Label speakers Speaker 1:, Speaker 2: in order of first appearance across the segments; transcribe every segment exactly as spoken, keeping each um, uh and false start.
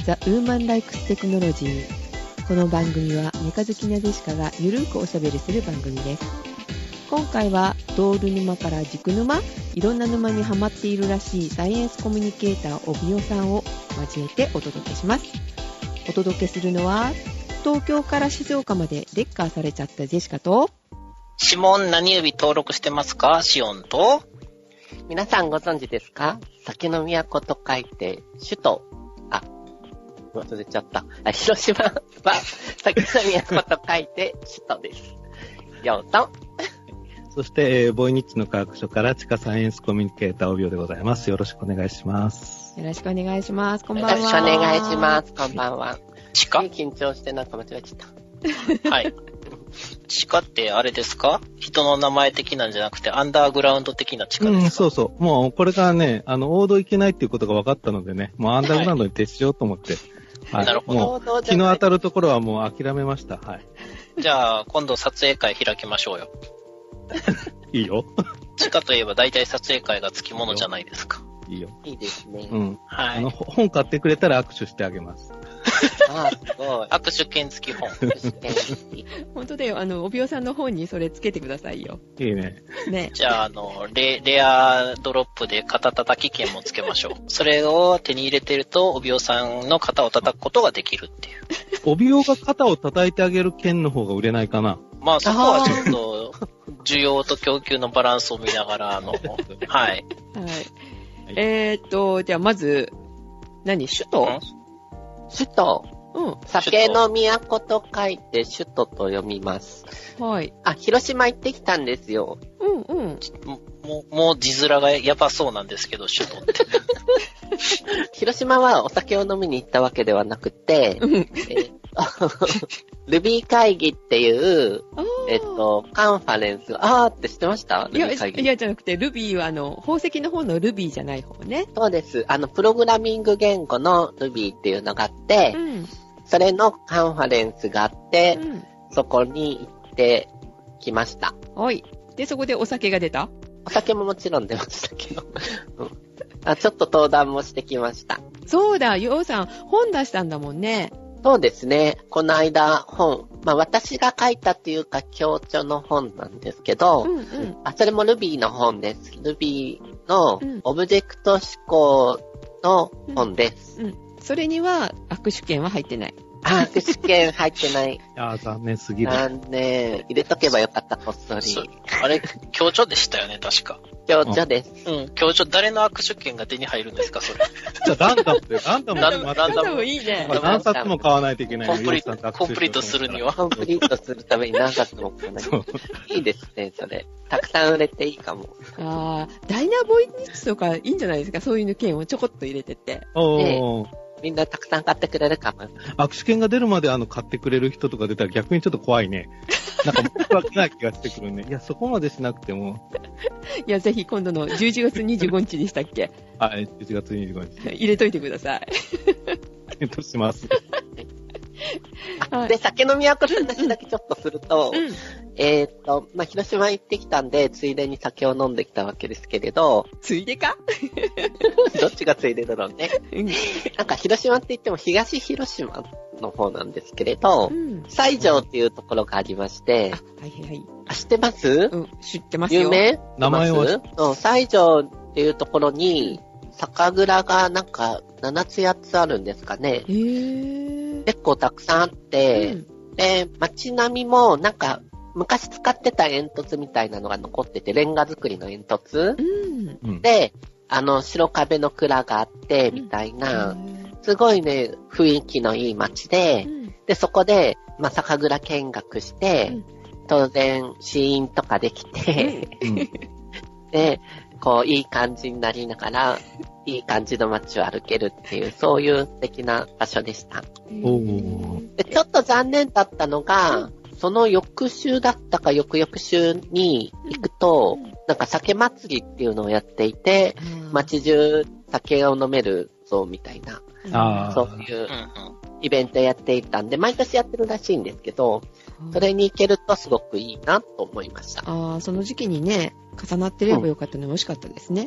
Speaker 1: ザ・ウーマン・ライクス・テクノロジー。この番組はメカ好きなジェシカがゆるくおしゃべりする番組です。今回はドール沼から軸沼、いろんな沼にハマっているらしいサイエンスコミュニケーター帯尾さんを交えてお届けします。お届けするのは東京から静岡までレッカーされちゃったジェシカと、
Speaker 2: 指紋何指登録してますかシオンと、
Speaker 3: 皆さんご存知ですか？酒の都と書いて首都、あ、忘れちゃった。あ、広島は酒の都と書いて首都です。ようと。
Speaker 4: そして、えー、ボイニッチの科学所から地下サイエンスコミュニケーター帯尾でございます。よろしくお願いします。
Speaker 1: よろしくお願いします。こんばんは。
Speaker 3: よろしくお願いします。こんばんは。
Speaker 2: 地下
Speaker 3: 緊張してなんか間違えちゃった。
Speaker 2: はい。地下ってあれですか？人の名前的なんじゃなくてアンダーグラウンド的な地下ですか？
Speaker 4: うん、そうそう。もうこれからね、あの、王道いけないっていうことが分かったのでね、もうアンダーグラウンドに徹しようと思って。
Speaker 2: はい。なるほど。
Speaker 4: もう日の当たるところはもう諦めました。はい。
Speaker 2: じゃあ、今度撮影会開きましょうよ。
Speaker 4: いいよ。
Speaker 2: 地下といえば大体撮影会がつきものじゃないですか。
Speaker 4: いいよ。
Speaker 3: いいですね。
Speaker 4: うん。
Speaker 2: はい。
Speaker 4: あの、本買ってくれたら握手してあげます。
Speaker 3: あ、すごい。
Speaker 2: 握手券付き本。握手券付
Speaker 1: き。本当だよ。あの、帯尾さんの本にそれつけてくださいよ。
Speaker 4: いいね。
Speaker 1: ね。
Speaker 2: じゃあ、あの、レ、レアドロップで肩叩き券もつけましょう。それを手に入れてると、帯尾さんの肩を叩くことができるっていう。
Speaker 4: 帯尾が肩を叩いてあげる券の方が売れないかな。
Speaker 2: まあ、そこはちょっと、需要と供給のバランスを見ながら、あの、はい。はい。
Speaker 1: えーっと、じゃあまず、何？首都？
Speaker 3: 首都。
Speaker 1: うん。
Speaker 3: 酒の都と書いて首都と読みます。
Speaker 1: はい。
Speaker 3: あ、広島行ってきたんですよ。
Speaker 1: うんうん。
Speaker 2: もう、もう字面がやばそうなんですけど、首都って。
Speaker 3: 広島はお酒を飲みに行ったわけではなくて、
Speaker 1: うん。
Speaker 3: えルビー会議っていう、えっと、カンファレンス、あーって知ってました？
Speaker 1: いや、いやじゃなくて、ルビーはあの、宝石の方のルビーじゃない方ね。
Speaker 3: そうです。あの、プログラミング言語のルビーっていうのがあって、うん、それのカンファレンスがあって、うん、そこに行ってきました。
Speaker 1: はい。で、そこでお酒が出た？
Speaker 3: お酒ももちろん出ましたけど。うん、あ、ちょっと登壇もしてきました。
Speaker 1: そうだ、ようさん、本出したんだもんね。
Speaker 3: そうですね。この間本、まあ私が書いたっていうか強調の本なんですけど、うんうん、あ、それも Ruby の本です。Ruby のオブジェクト思考の本です。
Speaker 1: うんうん、それには握手券は入ってない。
Speaker 3: あ、握手券入ってない。
Speaker 4: いやー、残念すぎる。
Speaker 3: 残念。入れとけばよかった、こっそり。
Speaker 2: あれ、強調でしたよね、確か。
Speaker 3: 強調です。
Speaker 2: うん、強調、誰の握手券が手に入るんですか、それ。
Speaker 4: じゃあ、ランダムで、ランダムで。
Speaker 1: ランダムいいね。
Speaker 4: 何冊も買わないといけない。
Speaker 2: コンプリート、コンプリートするには。
Speaker 3: コンプリートするために何冊も買わない。いいですね、それ。たくさん売れていいかも。
Speaker 1: ああ、ダイナボイニッチとかいいんじゃないですか、そういうの券をちょこっと入れてて。
Speaker 4: おー。
Speaker 3: みんなたくさん買ってくれるかも。
Speaker 4: 握手券が出るまであの買ってくれる人とか出たら逆にちょっと怖いね。なんか僕はない気がしてくるね。いや、そこまでしなくても。
Speaker 1: いや、ぜひ今度のじゅういちがつにじゅうごにちでしたっけ？
Speaker 4: はい、じゅういちがつにじゅうごにち。
Speaker 1: 入れといてください。
Speaker 4: 検討します。
Speaker 3: はい、で、酒の都の話だけちょっとすると、うん、えっと、まあ、広島行ってきたんで、ついでに酒を飲んできたわけですけれど。
Speaker 1: ついでか
Speaker 3: どっちがついでだろうね。なんか広島って言っても東広島の方なんですけれど、うん、西条っていうところがありまして、
Speaker 1: あ、はいはいはい。
Speaker 3: あ、知ってます？
Speaker 1: うん、知ってますよ。
Speaker 3: 有名？
Speaker 4: 名前は？
Speaker 3: うん、西条っていうところに、酒蔵がなんかななつやっつあるんですかね。
Speaker 1: へー。
Speaker 3: 結構たくさんあって、うん、で、街並みもなんか昔使ってた煙突みたいなのが残ってて、レンガ作りの煙突、うん、で、あの白壁の蔵があってみたいな、うん、すごいね雰囲気のいい街で、うん、でそこでまあ酒蔵見学して、うん、当然試飲とかできて、うん、でこういい感じになりながら。いい感じの街を歩けるっていう、そういう素敵な場所でした。
Speaker 4: おー。
Speaker 3: でちょっと残念だったのが、その翌週だったか翌々週に行くと、なんか酒祭りっていうのをやっていて、街中酒を飲めるぞみたいな、そういうイベントやっていたんで、毎年やってるらしいんですけど、それに行けるとすごくいいなと思いました。
Speaker 1: ああ、その時期にね、重なってればよかったのに惜しかったですね。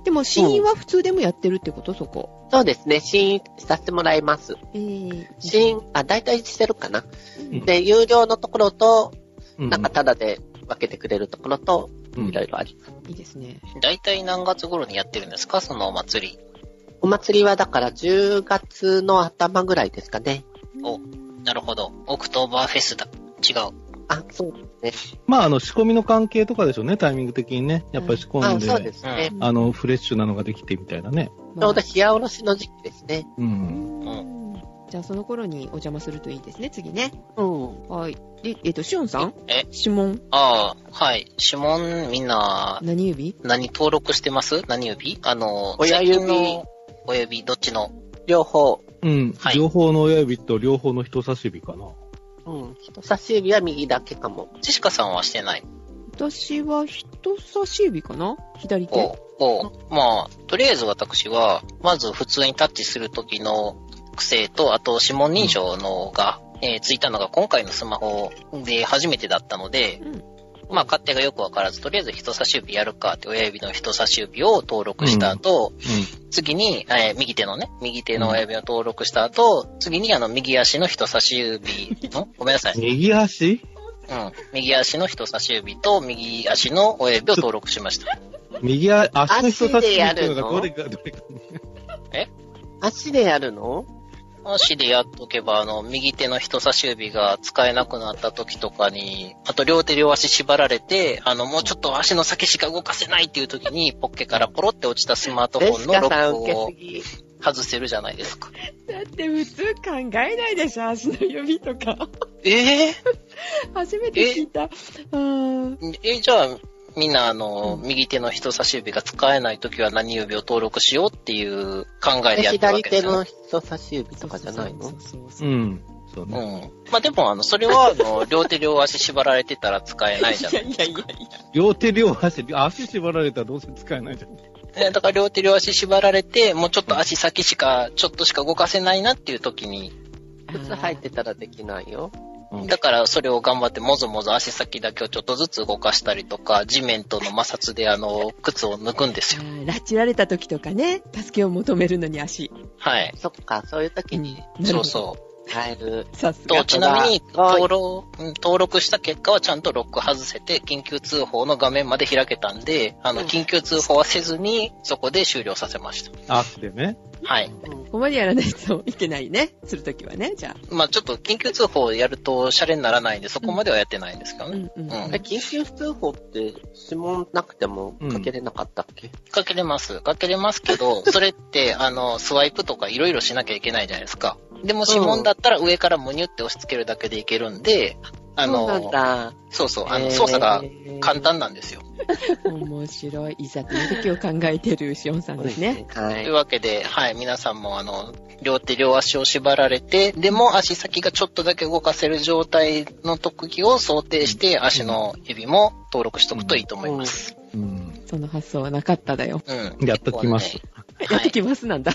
Speaker 1: でも、試飲は普通でもやってるってこと、そこ。
Speaker 3: そうですね。試飲させてもらいます。
Speaker 1: えー、
Speaker 3: 試飲、あ、大体してるかな。うん、で、有料のところと、
Speaker 4: うん、
Speaker 3: なんかタダで分けてくれるところと、いろいろあります。
Speaker 1: いいですね。
Speaker 2: 大体何月頃にやってるんですか、そのお祭り。
Speaker 3: お祭りはだからじゅうがつの頭ぐらいですかね。
Speaker 2: お、なるほど。オクトーバーフェスだ。違う。
Speaker 3: あ、そうですね。
Speaker 4: まあ、あの、仕込みの関係とかでしょうね、タイミング的にね。やっぱり仕込んで、
Speaker 3: うん、あ、そうですね。
Speaker 4: あの、フレッシュなのができてみたいなね。
Speaker 3: ちょうど冷やおろしの時期ですね。
Speaker 4: うん。
Speaker 1: うん。じゃあ、その頃にお邪魔するといいですね、次ね。
Speaker 3: うん。
Speaker 1: はい。で、えっと、しおんさん
Speaker 2: え
Speaker 1: 指紋。
Speaker 2: ああ、はい。指紋、みんな、
Speaker 1: 何指
Speaker 2: 何登録してます？何指？あの、
Speaker 3: 親指
Speaker 2: の親指、どっちの？
Speaker 3: 両方。
Speaker 4: うん。はい、両方の親指と両方の人差し指かな。
Speaker 3: うん。人差し指は右だけかも。
Speaker 2: ジェシカさんはしてない？
Speaker 1: 私は人差し指かな？左手。
Speaker 2: おお、まあ、とりあえず私は、まず普通にタッチするときの癖と、あと指紋認証のが、うん、えー、ついたのが今回のスマホで初めてだったので、うん、まあ勝手がよくわからず、とりあえず人差し指やるかって親指の人差し指を登録した後、うんうん、次に、えー、右手のね、右手の親指を登録した後、次にあの右足の人差し指の、ごめんなさい。
Speaker 4: 右足？
Speaker 2: うん。右足の人差し指と右足の親指を登録しました。
Speaker 4: 右足の人差し指っていうのがどれか、どれか。
Speaker 2: え？
Speaker 3: 足でやるの？
Speaker 2: 足でやっとけば、あの、右手の人差し指が使えなくなった時とかに、あと両手両足縛られて、あの、もうちょっと足の先しか動かせないっていう時に、ポッケからポロって落ちたスマートフォンのロックを外せるじゃないですか。
Speaker 1: だって普通考えないでしょ、足の指とか。
Speaker 2: えぇ、
Speaker 1: ー、初めて聞いた。え、
Speaker 2: えじゃあ、みんなあの、うん、右手の人差し指が使えないときは何指を登録しようっていう考えでやってるわけですよ、ね。
Speaker 3: 左手の人差し指とかじゃないの？
Speaker 4: そうそうそう。うん。そうね。
Speaker 2: うん。まあでもあの、それはあの、両手両足縛られてたら使えないじゃないですか。いやいやいやいや。
Speaker 4: 両手両足、足縛られたらどうせ使えないじゃん。
Speaker 2: だから両手両足縛られて、もうちょっと足先しか、ちょっとしか動かせないなっていうときに。
Speaker 3: 靴履いてたらできないよ。
Speaker 2: だからそれを頑張ってもぞもぞ足先だけをちょっとずつ動かしたりとか、地面との摩擦であの、靴を脱くんですよ。
Speaker 1: 拉致られた時とかね、助けを求めるのに足。
Speaker 2: はい。
Speaker 3: そっか、そういう時に。
Speaker 2: うん、そうそう。
Speaker 3: 変える。
Speaker 2: さすが。と、ちなみに登録、登録した結果はちゃんとロック外せて、緊急通報の画面まで開けたんで、あの、緊急通報はせずに、そこで終了させました。
Speaker 4: あ、でね。
Speaker 2: はい。
Speaker 1: ここまでやらないといけないね。するときはね、じゃあ。
Speaker 2: まあちょっと緊急通報やるとシャレにならないんで、そこまではやってないんですけどね。
Speaker 3: うん。うんうん、え、緊急通報って、指紋なくてもかけれなかったっけ？うん、
Speaker 2: かけれます。かけれますけど、それって、あの、スワイプとかいろいろしなきゃいけないじゃないですか。でも指紋だったら上からムニュって押し付けるだけでいけるんで、あの、
Speaker 3: そうなんだ。
Speaker 2: そうそう、あの、操作が簡単なんですよ。
Speaker 1: 面白い。いざという時を考えてるシオンさんですね。
Speaker 2: はい。というわけで、はい、皆さんもあの、両手両足を縛られて、でも足先がちょっとだけ動かせる状態の時を想定して、足の指も登録しとくといいと思います。
Speaker 1: うんうん、その発想はなかっただよ。
Speaker 2: うん。
Speaker 4: やっときます。
Speaker 1: ね、やっときますなんだ。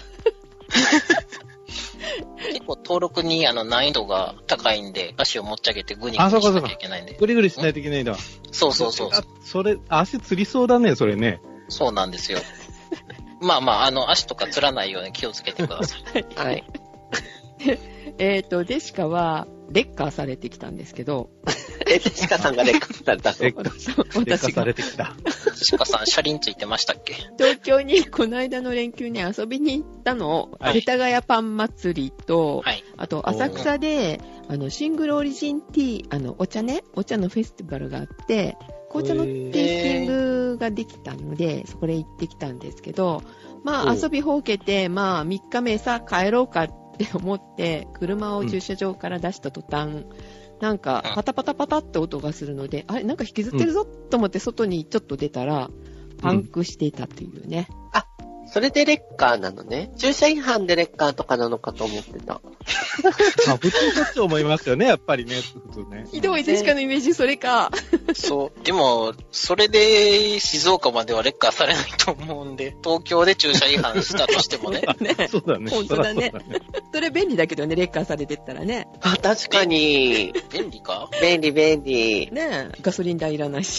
Speaker 2: 結構登録にあの難易度が高いんで、足を持ち上げてグニグニしなきゃいけないんで。
Speaker 4: グリグリしないといけないんだ。
Speaker 2: そうそうそう。
Speaker 4: それ、足つりそうだね、それね。
Speaker 2: そうなんですよ。まあまあ、あの、足とかつらないように気をつけてください。
Speaker 3: はい。
Speaker 1: えっと、デシカは、レッカーされてきたんですけど。
Speaker 3: え、デシカさんがレッカーされたの？
Speaker 4: レッカーされてきた。
Speaker 2: デシカさん、車輪ついてましたっけ？
Speaker 1: 東京にこの間の連休に遊びに行ったの、はい、世田谷パン祭りと、はい、あと浅草で、あの、シングルオリジンティー、あの、お茶ね、お茶のフェスティバルがあって、紅茶のテイスティングができたので、そこで行ってきたんですけど、まあ、遊びほうけて、まあ、みっかめさ、帰ろうかって思って、車を駐車場から出した途端、うん、なんか、パタパタパタって音がするので、あれ、なんか引きずってるぞと思って外にちょっと出たら、パンクしていたというね。
Speaker 3: うん、あ、それでレッカーなのね。駐車違反でレッカーとかなのかと思ってた。
Speaker 4: まあ、普通そっち思いますよね、やっぱりね、普通ね。
Speaker 1: ひどい、デシカのイメージ、それか。
Speaker 2: そう。でも、それで静岡まではレッカーされないと思うんで、東京で駐車違反したとしてもね。
Speaker 1: ね
Speaker 4: そうだね。
Speaker 1: 本当だね。それ便利だけどね、レッカーされてったらね。
Speaker 3: あ、確かに。
Speaker 2: 便利か？
Speaker 3: 便利、便利。
Speaker 1: ねえ、ガソリン代いらないし、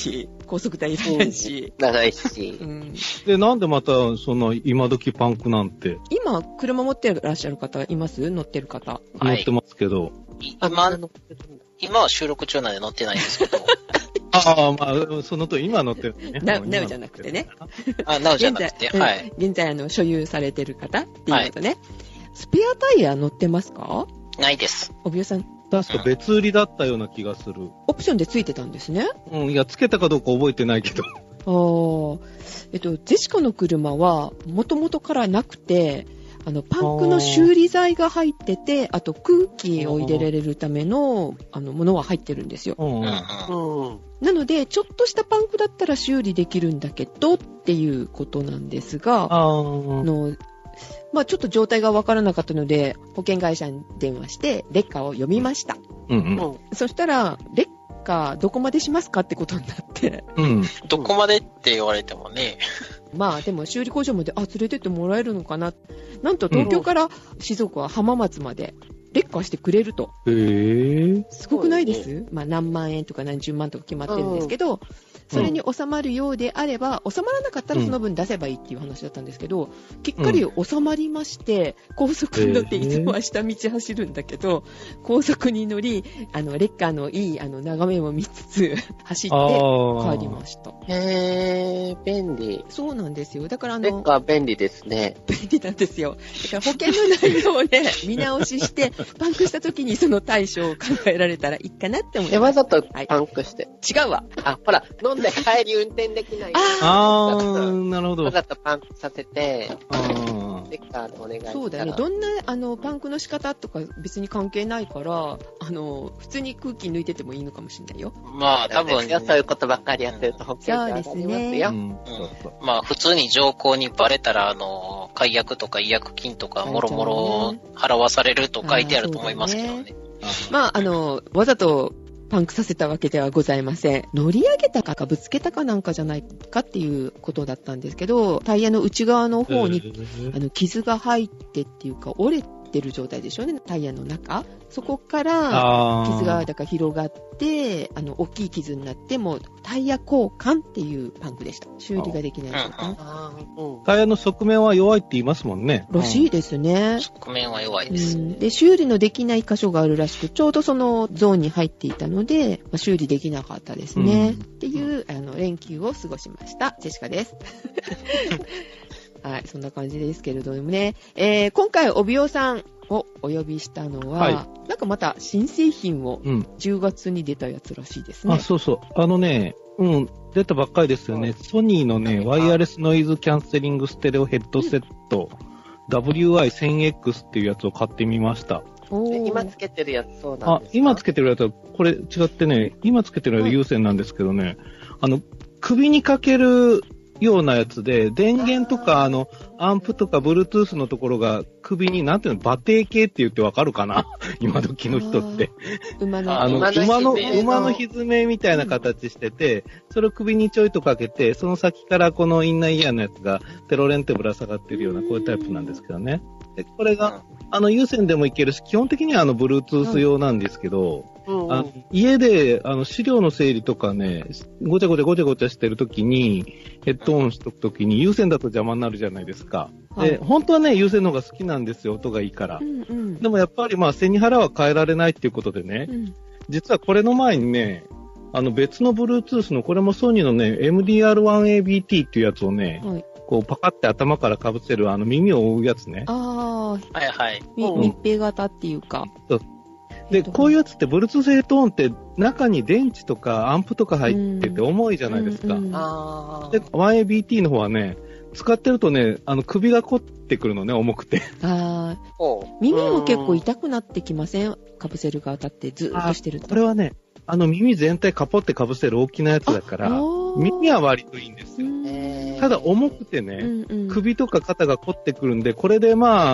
Speaker 1: 高速代いらないし。
Speaker 3: 長いし。
Speaker 1: うん。
Speaker 4: で、なんでまた、その、今時パンクなんて。
Speaker 1: 今、車持ってらっしゃる方います？乗ってる方。
Speaker 4: 乗ってますけど。
Speaker 2: 今、今は収録中なんで乗ってないんですけど。
Speaker 4: ああ、まあ、そのと今乗ってるね。
Speaker 1: な、なうじゃなくてね。
Speaker 2: あ、なうじゃなくて、はい。
Speaker 1: 現在、あの、所有されてる方っていうことね。はい、スペアタイヤ乗ってますか？
Speaker 2: ないです。
Speaker 1: おびよさん。
Speaker 4: 確か別売りだったような気がする。
Speaker 1: オプションでついてたんですね。
Speaker 4: うん、いや、つけたかどうか覚えてないけど。
Speaker 1: ああ。えっと、ジェシカの車は、もともとからなくて、あの、パンクの修理剤が入ってて、あと空気を入れられるための、あの、ものは入ってるんですよ。
Speaker 2: うんうん、
Speaker 1: なので、ちょっとしたパンクだったら修理できるんだけど、っていうことなんですが、あの、まあちょっと状態がわからなかったので、保険会社に電話して、レッカーを読みました。
Speaker 4: うんうん、
Speaker 1: そしたら、レッカーどこまでしますかってことになって。
Speaker 2: うん。どこまでって言われてもね。
Speaker 1: まあでも修理工場まで、あ、連れてってもらえるのかな。なんと東京から静岡は浜松まで、レッカーしてくれると。
Speaker 4: へー。
Speaker 1: すごくないです？まあ何万円とか何十万とか決まってるんですけど、それに収まるようであれば、収まらなかったらその分出せばいいっていう話だったんですけど、きっかり収まりまして、高速に乗っていつもは下道走るんだけど、高速に乗り、あの、レッカーのいい、あの、眺めも見つつ、走って帰りました。
Speaker 3: へー、便利。
Speaker 1: そうなんですよ。だからあの、
Speaker 3: レッカー便利ですね。
Speaker 1: 便利なんですよ。だから保険の内容をね、見直しして、パンクした時にその対処を考えられたらいいかなって思います。
Speaker 3: え、わざとパンクして。
Speaker 1: はい、違うわ。
Speaker 3: あ、ほら、飲んで帰り運転できない。
Speaker 4: あー、なるほど。
Speaker 3: わざとパンクさせて、レッカーでお願いしたら。
Speaker 1: そうだよね。どんな、あの、パンクの仕方とか別に関係ないから、あの、普通に空気抜いててもいいのかもしれないよ。
Speaker 2: まあ、多分、
Speaker 3: ね、そういうことばっかりやってると保険
Speaker 1: 者上がりますよ。そうですね。うん、
Speaker 2: まあ、普通に条項にバレたら、あの、解約とか違約金とか、もろもろ払わされると書いてあると思いますけどね。
Speaker 1: まあ、あの、わざと、パンクさせたわけではございません。乗り上げたかぶつけたかなんかじゃないかっていうことだったんですけど、タイヤの内側の方に、あの傷が入ってっていうか折れてる状態でしょうね、タイヤの中。そこから傷がだから広がって、あの大きい傷になってもタイヤ交換っていうパンクでした。修理ができない状態。
Speaker 4: タイヤの側面は弱いって言いますもんね。
Speaker 1: らしいですね。
Speaker 2: 側面は弱いです、うん。
Speaker 1: で、修理のできない箇所があるらしく、ちょうどそのゾーンに入っていたので、まあ、修理できなかったですね。うん、っていうあの連休を過ごしました。ジェシカです。はい、そんな感じですけれどもね。えー、今回、帯尾さんをお呼びしたのは、はい、なんかまた新製品をじゅうがつに出たやつらしいですね。
Speaker 4: うん、あ、そうそう。あのね、うん、出たばっかりですよね。ソニーのね、ワイヤレスノイズキャンセリングステレオヘッドセット、ダブリューアイテンエックス っていうやつを買ってみました。
Speaker 3: 今つけてるやつそうなんですか？
Speaker 4: あ、今つけてるやつは、これ違ってね、今つけてるやつ有線なんですけどね、うん、あの、首にかけるようなやつで、電源とか、あの、アンプとか、Bluetooth のところが首に、なんていうの、馬蹄系って言ってわかるかな今時の人って。
Speaker 1: 馬の、
Speaker 4: あの、馬の、馬のひずめみたいな形してて、それを首にちょいとかけて、その先からこのインナーイヤーのやつが、テロレンってぶら下がってるような、こういうタイプなんですけどね。で、これが、あの、有線でもいけるし、基本的にはあの、Bluetooth 用なんですけど、うんうん、あの家で、あの、資料の整理とかね、ごちゃごちゃごちゃごちゃしてるときに、ヘッドオンしとくときに、有線だと邪魔になるじゃないですか。はい、で、本当はね、有線の方が好きなんですよ、音がいいから。うんうん、でもやっぱりまあ、背に腹は変えられないっていうことでね、うん、実はこれの前にね、あの、別の Bluetooth の、これもソニーのね、エムディーアールワンエービーティー っていうやつをね、はい、こう、パカって頭から被せる、あの、耳を覆うやつね。
Speaker 1: ああ、
Speaker 2: はいはい。
Speaker 1: 密閉型っていうか。
Speaker 4: そうで、こういうやつって、Bluetooth ヘッドオンって中に電池とかアンプとか入ってて重いじゃないですか。うんうん、で、ワンエービーティー の方はね、使ってるとね、あの、首が凝ってくるのね、重くて。
Speaker 1: ああ。耳も結構痛くなってきません？かぶせる側だってずっとしてると。
Speaker 4: これはね、あの耳全体カポってかぶせる大きなやつだから、耳は割といいんですよ。ただ重くてね、うんうん、首とか肩が凝ってくるんで、これでまあ、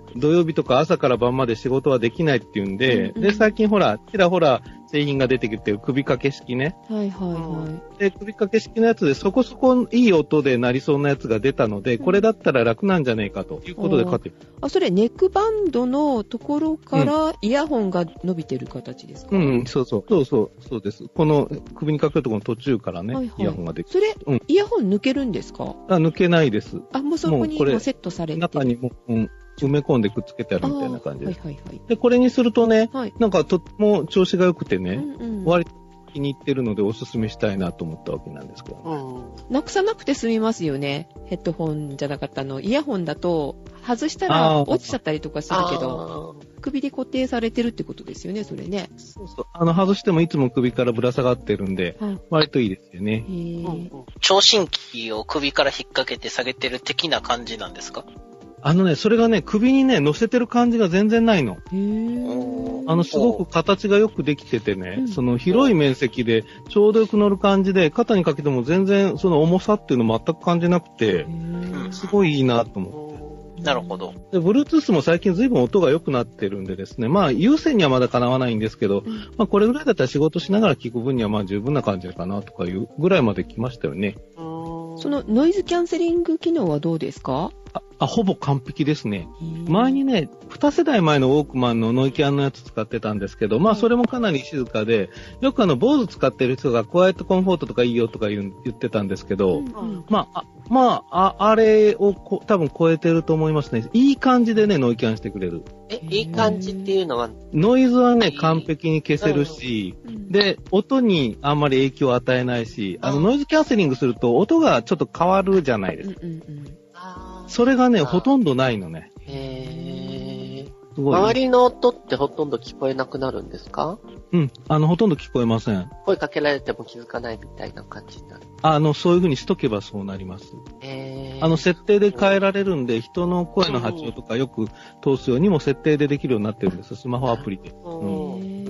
Speaker 4: 土曜日とか朝から晩まで仕事はできないっていうんで、うんうん、で、最近ほら、ちらほら製品が出てきて首掛け式ね。
Speaker 1: はいはいはい。
Speaker 4: で、首掛け式のやつでそこそこいい音で鳴りそうなやつが出たので、うん、これだったら楽なんじゃねえかということで買ってる。
Speaker 1: あ、それネックバンドのところからイヤホンが伸びてる形ですか？
Speaker 4: うん、うん、そうそう。そうそう、そうです。この首にかけるところの途中からね、はいはい、イヤホンができる。
Speaker 1: それ、うん、イヤホン抜けるんですか？
Speaker 4: あ、抜けないです。
Speaker 1: あ、もうそこにもうセットされてる。
Speaker 4: 中にも、うん、埋め込んでくっつけてあるみたいな感じです。
Speaker 1: はいはいはい。
Speaker 4: で、これにするとね、はい、なんかとっても調子が良くてね、
Speaker 1: うんうん、
Speaker 4: 割と気に入ってるのでおすすめしたいなと思ったわけなんですけど、
Speaker 1: うん、なくさなくて済みますよね。ヘッドホンじゃなかったの。イヤホンだと外したら落ちちゃったりとかするけど、首で固定されてるってことですよね、それね。
Speaker 4: そうそう。あの、外してもいつも首からぶら下がってるんで、はい、割といいですよね。
Speaker 1: へー。
Speaker 2: 聴診器を首から引っ掛けて下げてる的な感じなんですか？
Speaker 4: あのね、それがね、首にね、乗せてる感じが全然ないの。
Speaker 1: へー。
Speaker 4: あの、すごく形がよくできててね、うん、その広い面積でちょうどよく乗る感じで、肩にかけても全然その重さっていうの全く感じなくて、すごいいいなと思って。
Speaker 2: なるほど。
Speaker 4: で、Bluetooth も最近随分音が良くなってるんでですね、まあ、有線にはまだかなわないんですけど、うん、まあ、これぐらいだったら仕事しながら聞く分にはまあ十分な感じかなとかいうぐらいまで来ましたよね。
Speaker 1: そのノイズキャンセリング機能はどうですか？
Speaker 4: あ、あほぼ完璧ですね。前にね、に世代前のウォークマンのノイキャンのやつ使ってたんですけど、まあそれもかなり静かで、よくあの、坊主使ってる人がクワイエットコンフォートとかいいよとか言う言ってたんですけど、うんうん、まあ、あまあ、あ、あれをこ多分超えてると思いますね。いい感じでね、ノイキャンしてくれる。
Speaker 3: え、いい感じっていうのは
Speaker 4: ノイズはね、完璧に消せるし、うん、で、音にあんまり影響を与えないし、あの、ノイズキャンセリングすると音がちょっと変わるじゃないですか。うんうんうん、それがね、ほとんどないのね。
Speaker 3: へー。すごい。周りの音ってほとんど聞こえなくなるんですか？
Speaker 4: うん。あの、ほとんど聞こえません。
Speaker 3: 声かけられても気づかないみたいな感じになる。
Speaker 4: あの、そういう風にしとけばそうなります。
Speaker 3: へー。
Speaker 4: あの、設定で変えられるんで、人の声の波長とかよく通すようにも設定でできるようになってるんです。スマホアプリで。
Speaker 3: うん。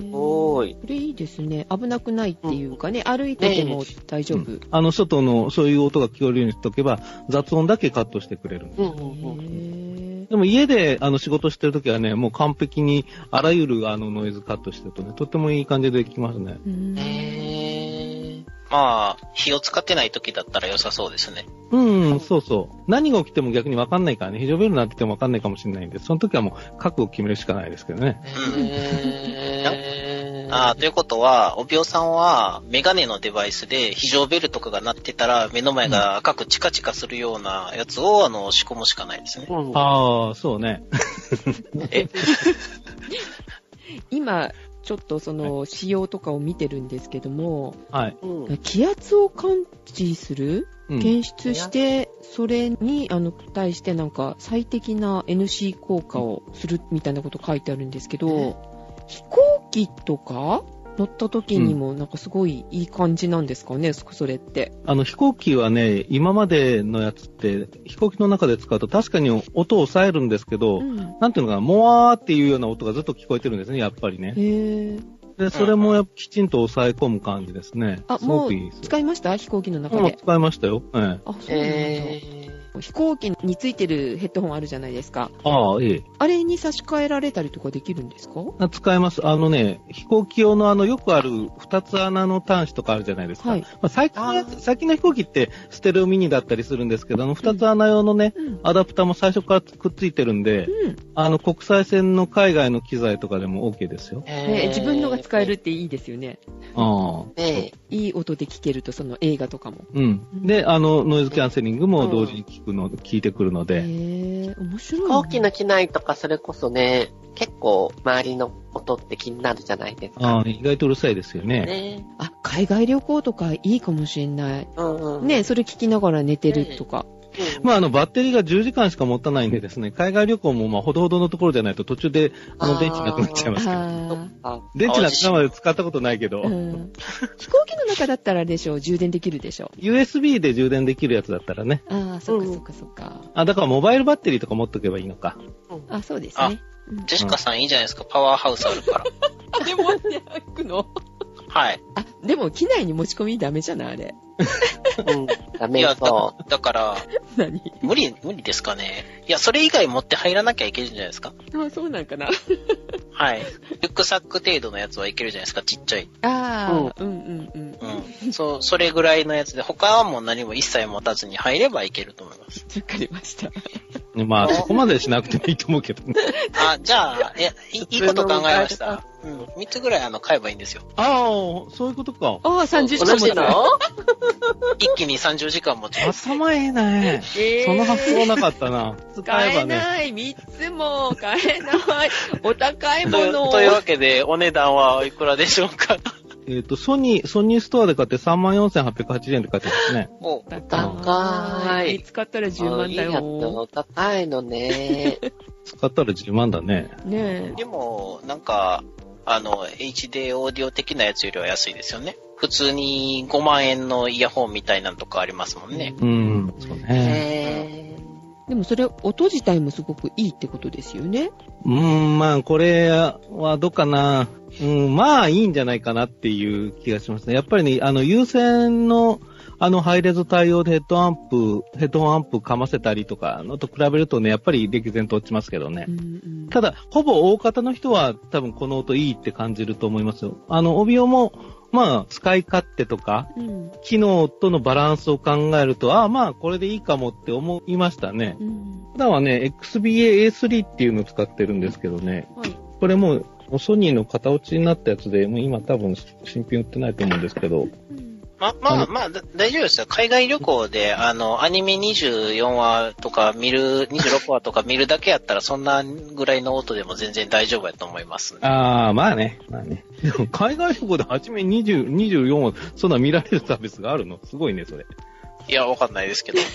Speaker 3: おーい。
Speaker 1: これいいですね。危なくないっていうかね、うん、歩いてても大丈夫、
Speaker 4: うん。あの、外のそういう音が聞こえるようにしとけば、雑音だけカットしてくれるんです。うんうんうん、でも家であの仕事してるときはね、もう完璧にあらゆるあのノイズカットしてるとね、とってもいい感じでできますね。
Speaker 3: へー。
Speaker 2: まあ、火を使ってない時だったら良さそうですね。
Speaker 4: うん、そうそう。何が起きても逆に分かんないからね。非常ベルになってても分かんないかもしれないんで、その時はもう覚悟を決めるしかないですけどね。
Speaker 2: へー。ああ、ということは、おびょうさんはメガネのデバイスで非常ベルとかが鳴ってたら目の前が赤くチカチカするようなやつをあの仕込むしかないですね。
Speaker 4: うん、ああ、そうね。
Speaker 2: え
Speaker 1: 今、ちょっとその仕様とかを見てるんですけども、
Speaker 4: はい、
Speaker 1: 気圧を感知する、うん、検出して、それにあの対してなんか最適な エヌシー 効果をするみたいなこと書いてあるんですけど、うん、飛行機とか乗った時にもなんかすごいいい感じなんですかね、うん、それって。
Speaker 4: あの飛行機はね、今までのやつって飛行機の中で使うと確かに音を抑えるんですけど、うん、なんていうのかな、モワーっていうような音がずっと聞こえてるんですね、やっぱりね。
Speaker 1: へー。
Speaker 4: で、それもやっぱきちんと抑え込む感じですね。
Speaker 1: あ、もう使いました？飛行機の中で。
Speaker 4: もう使いましたよ。ええ。
Speaker 1: あ、そうなんだ。えー飛行機についてるヘッドホンあるじゃないですか。
Speaker 4: ああ、ええ。
Speaker 1: あれに差し替えられたりとかできるんですか？
Speaker 4: 使えます。あのね、飛行機用のあの、よくある二つ穴の端子とかあるじゃないですか。はい。まあ、最近のやつ、最近の飛行機ってステレオミニだったりするんですけど、あの二つ穴用のね、うん、アダプターも最初からくっついてるんで、うん、あの、国際線の海外の機材とかでも OK ですよ。
Speaker 1: えー、自分のが使えるっていいですよね。
Speaker 4: ああ。
Speaker 1: えー、いい音で聞けると、その映画とかも。
Speaker 4: うん。で、あの、ノイズキャンセリングも同時に聞くの、うん、聞いてくるので。へ
Speaker 1: ー、面白い、ね。
Speaker 3: 飛行機の機内とかそれこそね、結構周りの音って気になるじゃないですか。
Speaker 4: ああ、意外とうるさいですよね。
Speaker 3: ね、
Speaker 1: あ、海外旅行とかいいかもしれない。
Speaker 3: うんうん、
Speaker 1: ね、それ聞きながら寝てるとか。ね、
Speaker 4: まあ、あの、バッテリーがじゅうじかんしか持たないんでですね、海外旅行もまあ、ほどほどのところじゃないと途中で、あの、電池なくなっちゃいますけど。電池なくなるまで使ったことないけど。うん、
Speaker 1: 飛行機の中だったらでしょう、充電できるでしょう。
Speaker 4: ユーエスビー で充電できるやつだったらね。
Speaker 1: ああ、そっかそっかそっか。
Speaker 4: あ、だからモバイルバッテリーとか持っとけばいいのか。
Speaker 1: あ、そうですね。
Speaker 2: ジェシカさんいいじゃないですか、パワーハウスあるから。
Speaker 1: あ、でも持って歩くの？
Speaker 2: はい。
Speaker 1: あ、でも機内に持ち込みダメじゃないあれ。
Speaker 3: うん、ダメそう。
Speaker 2: いや、だ、だから、
Speaker 1: 何？
Speaker 2: 無理、無理ですかね。 いや、それ以外持って入らなきゃいけるんじゃないですか。
Speaker 1: あ、そうなんかな。
Speaker 2: はい。リュックサック程度のやつはいけるじゃないですか、ちっちゃい。
Speaker 1: ああ、うん、うん、うん。
Speaker 2: うん。そう、それぐらいのやつで、他はもう何も一切持たずに入ればいけると思います。
Speaker 1: わかりました。
Speaker 4: まあ、そこまでしなくてもいいと思うけどね。
Speaker 2: あ、じゃあ、いや、いいこと考えました。うん。みっつぐらいあの、買えばいいんですよ。
Speaker 4: ああ、そういうことか。
Speaker 1: ああ、さんじゅうじかんも
Speaker 3: の
Speaker 2: 一気にさんじゅうじかん持ちます。
Speaker 4: 頭ええね。えー、その発想なかったな。
Speaker 1: 使えない。みっつも買えない。お高いもの
Speaker 2: と。というわけで、お値段はいくらでしょうか。
Speaker 4: えっと、ソニー、ソニーストアで買って さんまんよんせんはっぴゃくはちじゅうえんって書いてますね。
Speaker 2: お、
Speaker 3: 高い。
Speaker 1: 使ったらじゅうまんだよ。
Speaker 3: いいやつ高いのね。
Speaker 4: 使ったらじゅうまんだね。
Speaker 1: ねえ。
Speaker 2: でも、なんか、あの、エイチディー オーディオ的なやつよりは安いですよね。普通にごまんえんのイヤホンみたいなのとかありますもんね。
Speaker 4: うん、そうね。
Speaker 1: でもそれ、音自体もすごくいいってことですよね。
Speaker 4: うーん、まあ、これはどうかな。うん、まあ、いいんじゃないかなっていう気がしますね。やっぱりね、あの、有線の、あの、ハイレゾ対応でヘッドアンプ、ヘッドホンアンプかませたりとかのと比べるとね、やっぱり歴然と落ちますけどね。うんうん、ただ、ほぼ大方の人は多分この音いいって感じると思いますよ。あの、オビオも、まあ、使い勝手とか、うん、機能とのバランスを考えると、ああ、まあ、これでいいかもって思いましたね。うん、普段はね、エックスビーエーエースリー っていうのを使ってるんですけどね。はい、これもう、ソニーの型落ちになったやつで、もう今多分新品売ってないと思うんですけど。うん
Speaker 2: ま、まあ、まあ、大丈夫ですよ。海外旅行で、あの、アニメにじゅうよんわとか見る、にじゅうろくわとか見るだけやったら、そんなぐらいの音でも全然大丈夫やと思います。
Speaker 4: ああ、まあね。まあね。でも、海外旅行で初めにじゅう、にじゅうよんわ、そんな見られるサービスがあるのすごいね、それ。
Speaker 2: いや、わかんないですけど。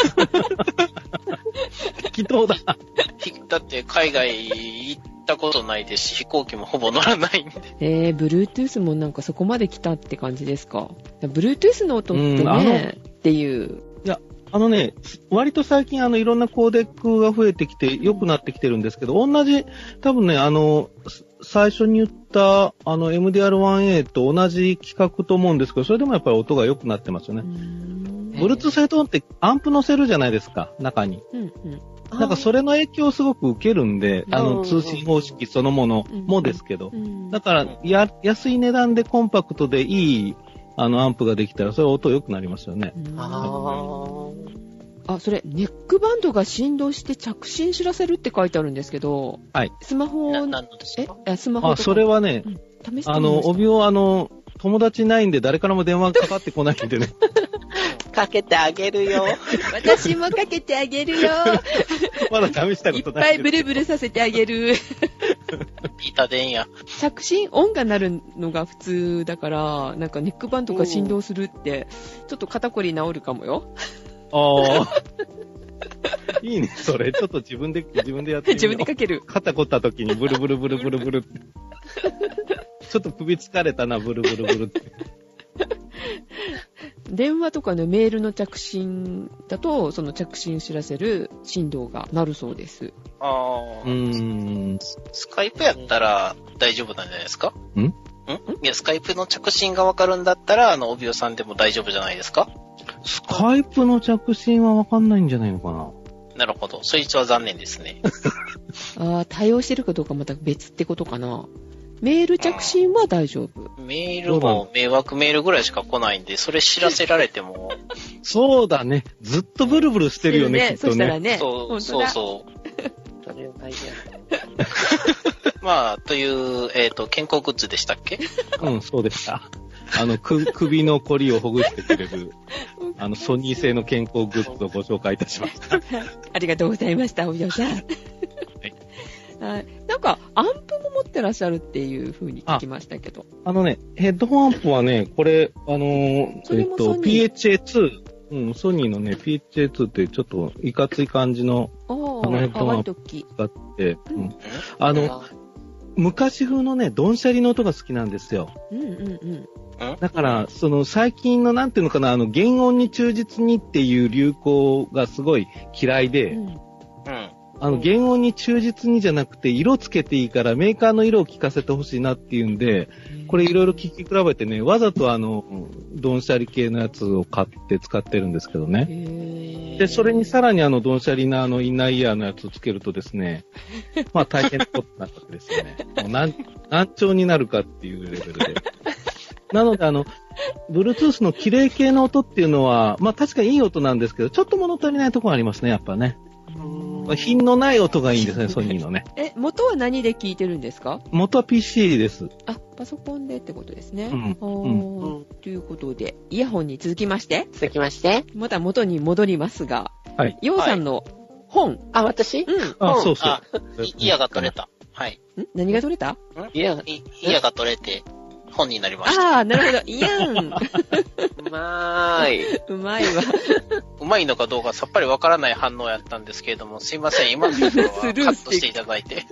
Speaker 4: 適当だ。
Speaker 2: だって、海外行ったことないですし、飛行機もほぼ乗らないんで。
Speaker 1: えー、Bluetooth もなんかそこまで来たって感じですか。Bluetooth の音ってね、っていう。
Speaker 4: いや、あのね、割と最近あのいろんなコーデックが増えてきて良くなってきてるんですけど、同じ、多分ね、あの、最初に言ったあの エムディーアールワンエー と同じ規格と思うんですけど、それでもやっぱり音が良くなってますよね。Bluetooth ヘッドホンってアンプ乗せるじゃないですか、中に。うんうんなんかそれの影響をすごく受けるんで、あの通信方式そのものもですけど、だからや安い値段でコンパクトでいいあのアンプができたらそれ音良くなりますよね。
Speaker 1: ああ、それネックバンドが振動して着信知らせるって書いてあるんですけど、はい。スマホ
Speaker 2: な何のですか？
Speaker 1: え、スマホとか。
Speaker 4: あ、それはね、うん、試してみました。あの帯をあの友達ないんで誰からも電話かかってこないんでね。
Speaker 3: かけてあげるよ。
Speaker 1: 私もかけてあげるよ。
Speaker 4: まだ試したことない。
Speaker 1: いっぱいブルブルさせてあげる。
Speaker 2: いたでんや。
Speaker 1: 着信音が鳴るのが普通だから、なんかネックバンドが振動するって、ちょっと肩こり治るかもよ。
Speaker 4: ああ。いいね、それ。ちょっと自分で、自分でやってみよう。
Speaker 1: 自分でかける。
Speaker 4: 肩こった時にブルブルブルブルブルって。ちょっと首疲れたな、ブルブルブルって。
Speaker 1: 電話とかのメールの着信だと、その着信知らせる振動が鳴るそうです。
Speaker 2: ああ。うーん。スカイプやったら大丈夫なんじゃないですか？ん？ん？いや、スカイプの着信がわかるんだったら、あの、オビオさんでも大丈夫じゃないですか？
Speaker 4: スカイプの着信はわかんないんじゃないのかな？
Speaker 2: なるほど。そいつは残念ですね。
Speaker 1: ああ、対応してるかどうかまた別ってことかな。メール着信は大丈夫。
Speaker 2: メールも迷惑メールぐらいしか来ないんで、それ知らせられても。
Speaker 4: そうだね。ずっとブルブルしてるよね、ねきっとね。
Speaker 1: そしたらね。
Speaker 2: そう、そうそう。それは大事や。まあ、という、えっと、健康グッズでしたっけ？
Speaker 4: うん、そうでした。あの、く、首のコリをほぐしてくれる、あの、ソニー製の健康グッズをご紹介いたしました。
Speaker 1: ありがとうございました、おびょうさん。はい。はい。なんか、アンプも持ってらっしゃるっていう風に聞きましたけど。
Speaker 4: あ, あのね、ヘッドホンアンプはね、これ、あのー、えっと、ピーエイチエーツー、うん、ソニーのね、ピーエイチエーツー ってちょっといかつい感じの、あのヘッドホンアンプ使って、うん、あの、昔風のね、ドンシャリの音が好きなんですよ。うんうんうん。だから、その最近のなんていうのかな、あの、原音に忠実にっていう流行がすごい嫌いで、うんうんあの、原音に忠実にじゃなくて、色つけていいからメーカーの色を聞かせてほしいなっていうんで、これいろいろ聞き比べてね、わざとあの、ドンシャリ系のやつを買って使ってるんですけどね。で、それにさらにあの、ドンシャリのあの、インナーイヤーのやつをつけるとですね、まあ大変なことになったわけですよね。もう難、難聴になるかっていうレベルで。なのであの、Bluetooth の綺麗系の音っていうのは、まあ確かにいい音なんですけど、ちょっと物足りないところありますね、やっぱね。品のない音がいいんですね、ソニーのね。
Speaker 1: え、元は何で聞いてるんですか？
Speaker 4: 元は ピーシー です。
Speaker 1: あ、パソコンでってことですね。
Speaker 4: うん。
Speaker 1: お
Speaker 4: ー
Speaker 1: うん、ということで、イヤホンに続きまして。
Speaker 3: 続きまして。
Speaker 1: また元に戻りますが。
Speaker 4: はい。
Speaker 1: ヨウさんの本。
Speaker 3: あ、私？
Speaker 1: うん。
Speaker 4: あ、そうそう。
Speaker 2: あ、イヤが取れた。はい。
Speaker 1: ん何が取れた？
Speaker 3: イヤが、
Speaker 2: イヤが取れて、本になりました。
Speaker 1: ああ、なるほど。いやん。
Speaker 3: うまーい。
Speaker 1: うまいわ。
Speaker 2: うまいのかどうかさっぱりわからない反応やったんですけれども、すいません、今のところはカットしていただいて。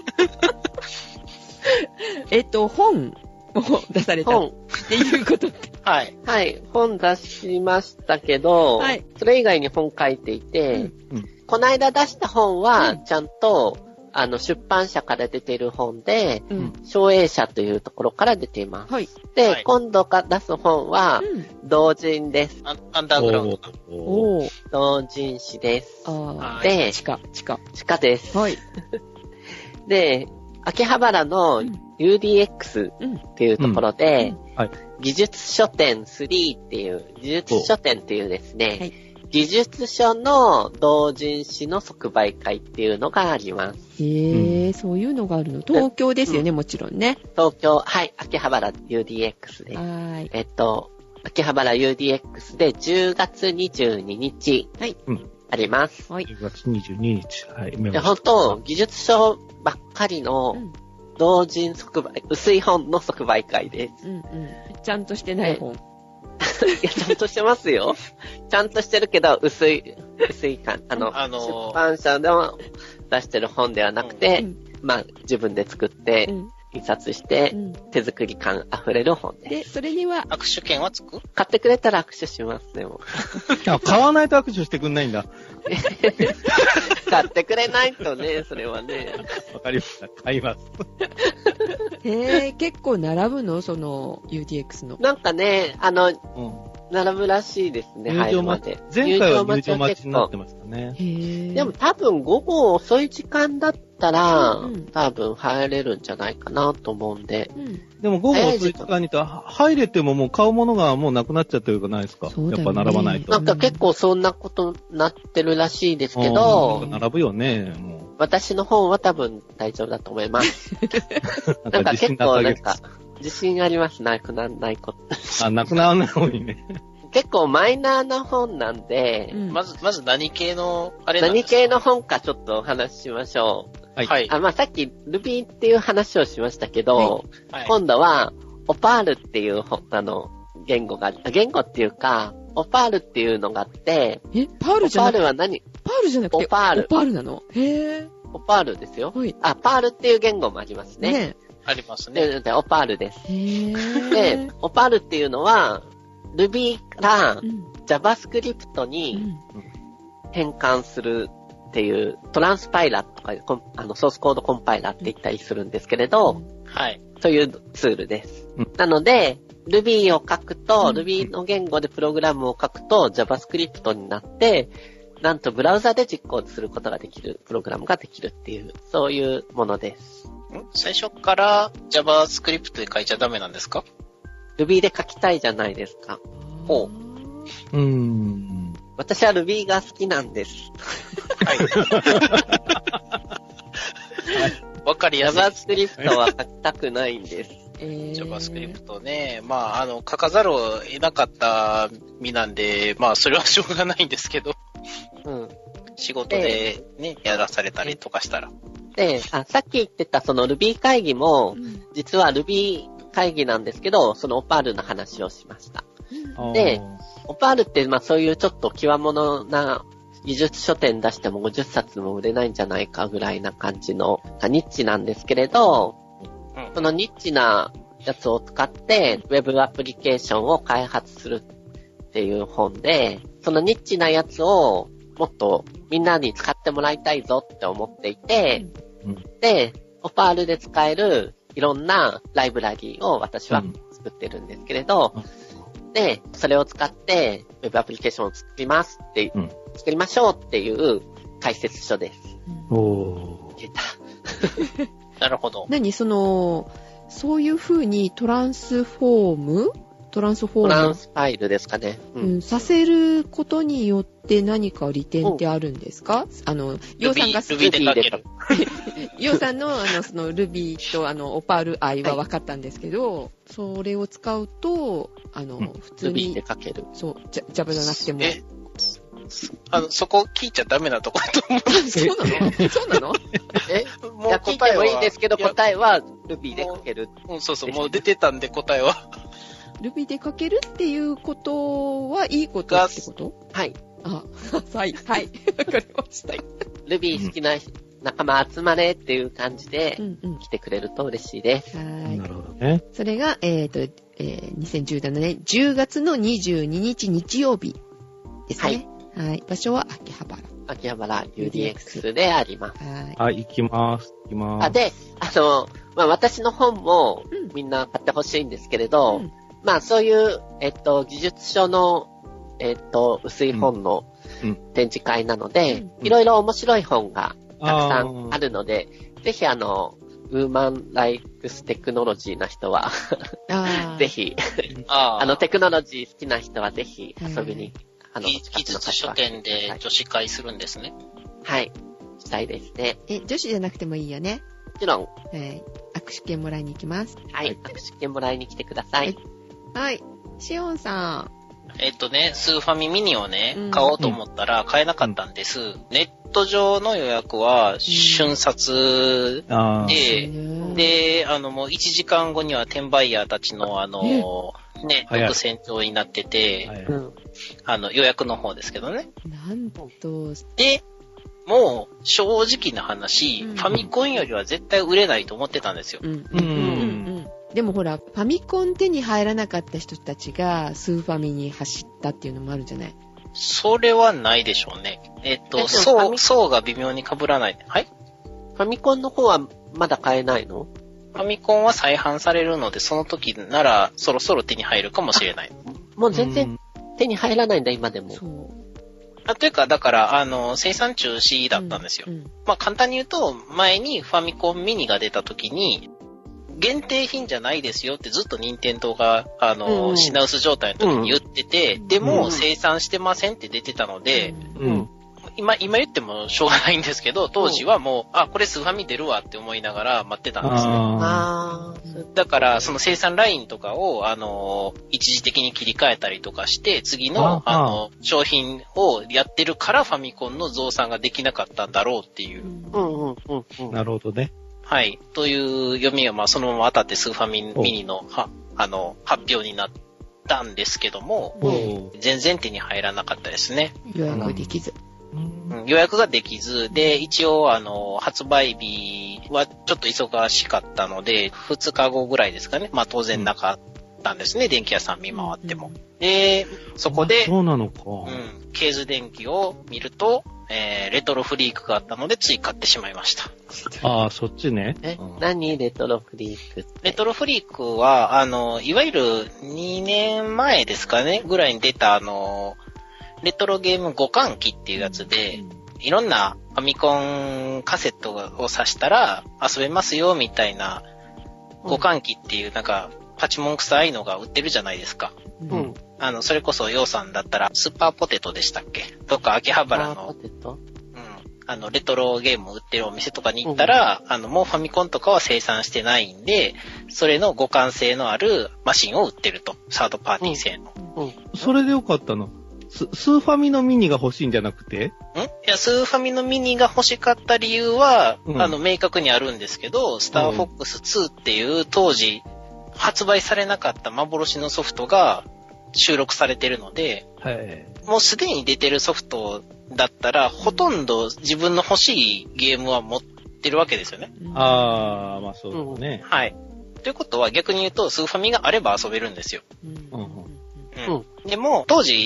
Speaker 1: えっと、本を出されたっていうことって。
Speaker 2: はい。
Speaker 3: はい。本出しましたけど、はい、それ以外に本書いていて、うんうん、この間出した本は、ちゃんと、うんあの、出版社から出ている本で、うん、省営社というところから出ています。はい、で、はい、今度か出す本は、うん、同人です。
Speaker 2: アンダーグラウンド。
Speaker 3: おー。同人誌です。
Speaker 1: あ
Speaker 3: で、
Speaker 1: 地下、地下。
Speaker 3: 地下です。
Speaker 1: はい。
Speaker 3: で、秋葉原の ユーディーエックス っていうところで、
Speaker 4: うんうんはい、
Speaker 3: 技術書店スリーっていう、技術書店っていうですね、はい技術書の同人誌の即売会っていうのがあります。
Speaker 1: へぇ、うん、そういうのがあるの。東京ですよね、うん、もちろんね。
Speaker 3: 東京、はい、秋葉原 ユーディーエックス で。
Speaker 1: はい。
Speaker 3: えっと、秋葉原 ユーディーエックス でじゅうがつにじゅうににち。はい。うん。あります。
Speaker 1: はい。
Speaker 4: じゅうがつにじゅうににち。はい。
Speaker 3: で、ほんと、技術書ばっかりの、同人即売、薄い本の即売会です。
Speaker 1: うんうん。ちゃんとしてない本。
Speaker 3: いや、ちゃんとしてますよ。ちゃんとしてるけど、薄い、薄い感。あの、あのー、出版社の出してる本ではなくて、うん、まあ、自分で作って、うん、印刷して、うん、手作り感溢れる本です。
Speaker 1: で、それには、
Speaker 2: 握手券はつく？
Speaker 3: 買ってくれたら握手します、でも。
Speaker 4: 買わないと握手してくんないんだ。
Speaker 3: 買ってくれないとね、それはね。
Speaker 4: わかりました。買います。
Speaker 1: へえ、結構並ぶのその ユーディーエックス の。
Speaker 3: なんかね、あの、うん、並ぶらしいですね、入るまで。
Speaker 4: 前回は入場待ちになってましたね。
Speaker 3: へでも多分午後遅い時間だったら、うん、多分入れるんじゃないかなと思うんで。うん、
Speaker 4: でも午後遅い時間に入れてももう買うものがもうなくなっちゃってるじゃないですか。ね、やっぱ並ばないと。
Speaker 3: なんか結構そんなことになってるらしいですけど。
Speaker 4: 並ぶよね、もう。
Speaker 3: 私の本は多分大丈夫だと思います。なんか結構なんか、自信あります、なくならないこと。
Speaker 4: あ、なくならない方にね。
Speaker 3: 結構マイナーな本なんで、
Speaker 2: うん、まず、まず何系の、あれなんですか？
Speaker 3: 何系の本かちょっとお話ししましょう。はい。あ、まあ、さっき Ruby っていう話をしましたけど、はい、今度は、オパールっていう本、あの、言語が、言語っていうか、オパールっていうのがあって、
Speaker 1: え、パールじゃなくて、
Speaker 3: オパールは何？
Speaker 1: パールじゃなくて、
Speaker 3: オパール。
Speaker 1: オパールなの？へぇー。
Speaker 3: オパールですよ。はい。あ、パールっていう言語もありますね。ね
Speaker 2: ありますね。
Speaker 3: で、オパールです。
Speaker 1: へー。
Speaker 3: で、オパールっていうのは、Ruby から JavaScript に変換するっていう、トランスパイラーとか、あの、ソースコードコンパイラーって言ったりするんですけれど、
Speaker 2: はい。
Speaker 3: そういうツールです。なので、Ruby を書くと、Ruby の言語でプログラムを書くと JavaScript になって、なんとブラウザで実行することができる、プログラムができるっていう、そういうものです。
Speaker 2: 最初から JavaScript で書いちゃダメなんですか？
Speaker 3: Ruby で書きたいじゃないですか。
Speaker 2: ほ
Speaker 4: う。うーん。
Speaker 3: 私は Ruby が好きなんです。
Speaker 2: はい。わかりやすい、ね。
Speaker 3: JavaScript は書きたくないんです。
Speaker 2: えー、JavaScript ね。まあ、あの、書かざるを得なかった身なんで、まあ、それはしょうがないんですけど。
Speaker 3: うん。
Speaker 2: 仕事でね、やらされたりとかしたら。
Speaker 3: で、あ、さっき言ってたその Ruby 会議も、うん、実は Ruby 会議なんですけど、そのオパールの話をしました。で、オパールってまあそういうちょっと極物な技術書店出してもごじゅっさつも売れないんじゃないかぐらいな感じのニッチなんですけれど、うん、そのニッチなやつを使ってウェブアプリケーションを開発するっていう本で、そのニッチなやつをもっとみんなに使ってもらいたいぞって思っていて、
Speaker 4: うん、
Speaker 3: で、オパールで使えるいろんなライブラリーを私は作ってるんですけれど、うん、で、それを使ってウェブアプリケーションを作りますって、うん、作りましょうっていう解説書です。
Speaker 4: うん、お
Speaker 3: ー。出た。
Speaker 2: なるほど。
Speaker 1: 何その、そういう風にトランスフォームトランスフォーム
Speaker 3: トランスファイルですかね、
Speaker 1: うんうん。させることによって何か利点ってあるんですか？あの、ヨウさんが好きで、ヨウさんのあの、その Ruby とあの、オパール愛は分かったんですけど、はい、それを使うと、あの、うん、普通に。
Speaker 3: Ruby で書ける。
Speaker 1: そう、ジャ、Java じゃなくても。
Speaker 2: えあの、そこ聞いちゃダメなとこだと思うんです
Speaker 1: けど。そうなのそうなの
Speaker 3: えもう答えは。聞いてもいいですけど、答えは Ruby で書ける。
Speaker 2: うん、そうそう、もう出てたんで答えは。
Speaker 1: Ruby で書けるっていうことはいいことってこと？
Speaker 3: はい。
Speaker 1: あ、はい、はい。わかりました。
Speaker 3: Ruby 好きな仲間集まれっていう感じで来てくれると嬉しいです。
Speaker 1: うんうん、はい。
Speaker 4: なるほどね。
Speaker 1: それが、えっと、えー、にせんじゅうななねんじゅうがつのにじゅうににち日曜日ですね。はい。はい。場所は秋葉原。
Speaker 3: 秋葉原 ユーディーエックス であります。
Speaker 4: はい。はい、行きます。行きます。
Speaker 3: あ、で、あの、まあ、私の本もみんな買ってほしいんですけれど、うん、まあそういう、えっと、技術書の、えっと、薄い本の展示会なので、いろいろ面白い本がたくさんあるので、ぜひあの、ウーマンライクステクノロジーな人は、ぜひ、あ, あの、テクノロジー好きな人はぜひ遊びに、
Speaker 2: あの、技術書店で女子会するんですね。
Speaker 3: はい。したいですね。
Speaker 1: え、女子じゃなくてもいいよね。
Speaker 3: もちろん。
Speaker 1: はい。握手券もらいに行きます。
Speaker 3: はい。握手券もらいに来てください。はい
Speaker 1: はい。シオンさん。
Speaker 2: えっとね、スーファミミニをね、うん、買おうと思ったら買えなかったんです。うん、ネット上の予約は瞬殺で、うん、で、あのもういちじかんごには転売ヤーたちのあの、ね、独占状になってて、あの予約の方ですけどね。
Speaker 1: なんと。
Speaker 2: で、もう正直な話、ファミコンよりは絶対売れないと思ってたんですよ。うんうんうん
Speaker 1: でもほら、ファミコン手に入らなかった人たちがスーファミに走ったっていうのもあるんじゃない？
Speaker 2: それはないでしょうね。えっと、層、層が微妙に被らない。はい？
Speaker 3: ファミコンの方はまだ買えないの？
Speaker 2: ファミコンは再販されるので、その時ならそろそろ手に入るかもしれない。
Speaker 3: もう全然手に入らないんだ、今でも。そう。
Speaker 2: あというか、だから、あの、生産中止だったんですよ。うんうん、まあ、簡単に言うと、前にファミコンミニが出た時に、限定品じゃないですよってずっと任天堂が、あの、うん、品薄状態の時に言ってて、うん、でも生産してませんって出てたので、うん、今、今言ってもしょうがないんですけど、当時はもう、あ、これスーファミ出るわって思いながら待ってたんですね。あだから、その生産ラインとかを、あの、一時的に切り替えたりとかして、次の、あの、商品をやってるからファミコンの増産ができなかったんだろうっていう。
Speaker 4: なるほどね。
Speaker 2: はい。という読みが、まあ、そのまま当たってスーファミミニの、は、あの、発表になったんですけども、全然手に入らなかったですね。
Speaker 1: 予約できず。
Speaker 2: うん、予約ができず、で、一応、あの、発売日はちょっと忙しかったので、ふつかごぐらいですかね。まあ、当然なかったんですね。電気屋さん見回っても。で、そこで、
Speaker 4: そうなのか。
Speaker 2: うん。ケーズ電気を見ると、えー、レトロフリークがあったので、つい買ってしまいました。
Speaker 4: ああ、そっちね。
Speaker 3: え、うん、何レトロフリークって？
Speaker 2: レトロフリークは、あの、いわゆるにねんまえですかね、ぐらいに出た、あの、レトロゲーム互換機っていうやつで、うん、いろんなファミコンカセットを挿したら遊べますよ、みたいな、互換機っていうなんか、パチモン臭いのが売ってるじゃないですか。うん。あの、それこそ、ヨウさんだったら、スーパーポテトでしたっけとか、秋葉原の、うん。あの、レトロゲームを売ってるお店とかに行ったら、うん、あの、もうファミコンとかは生産してないんで、それの互換性のあるマシンを売ってると。サードパーティー製の。
Speaker 4: うん。うん、それでよかったの。ス、スーファミのミニが欲しいんじゃなくて？んい
Speaker 2: や、スーファミのミニが欲しかった理由は、うん、あの、明確にあるんですけど、スターフォックスツーっていう当時、発売されなかった幻のソフトが収録されてるので、はい、もうすでに出てるソフトだったら、ほとんど自分の欲しいゲームは持ってるわけですよね。
Speaker 4: ああ、まあそうだね、
Speaker 2: うん。はい。ということは逆に言うと、スーファミがあれば遊べるんですよ。うんうんうん、でも、当時、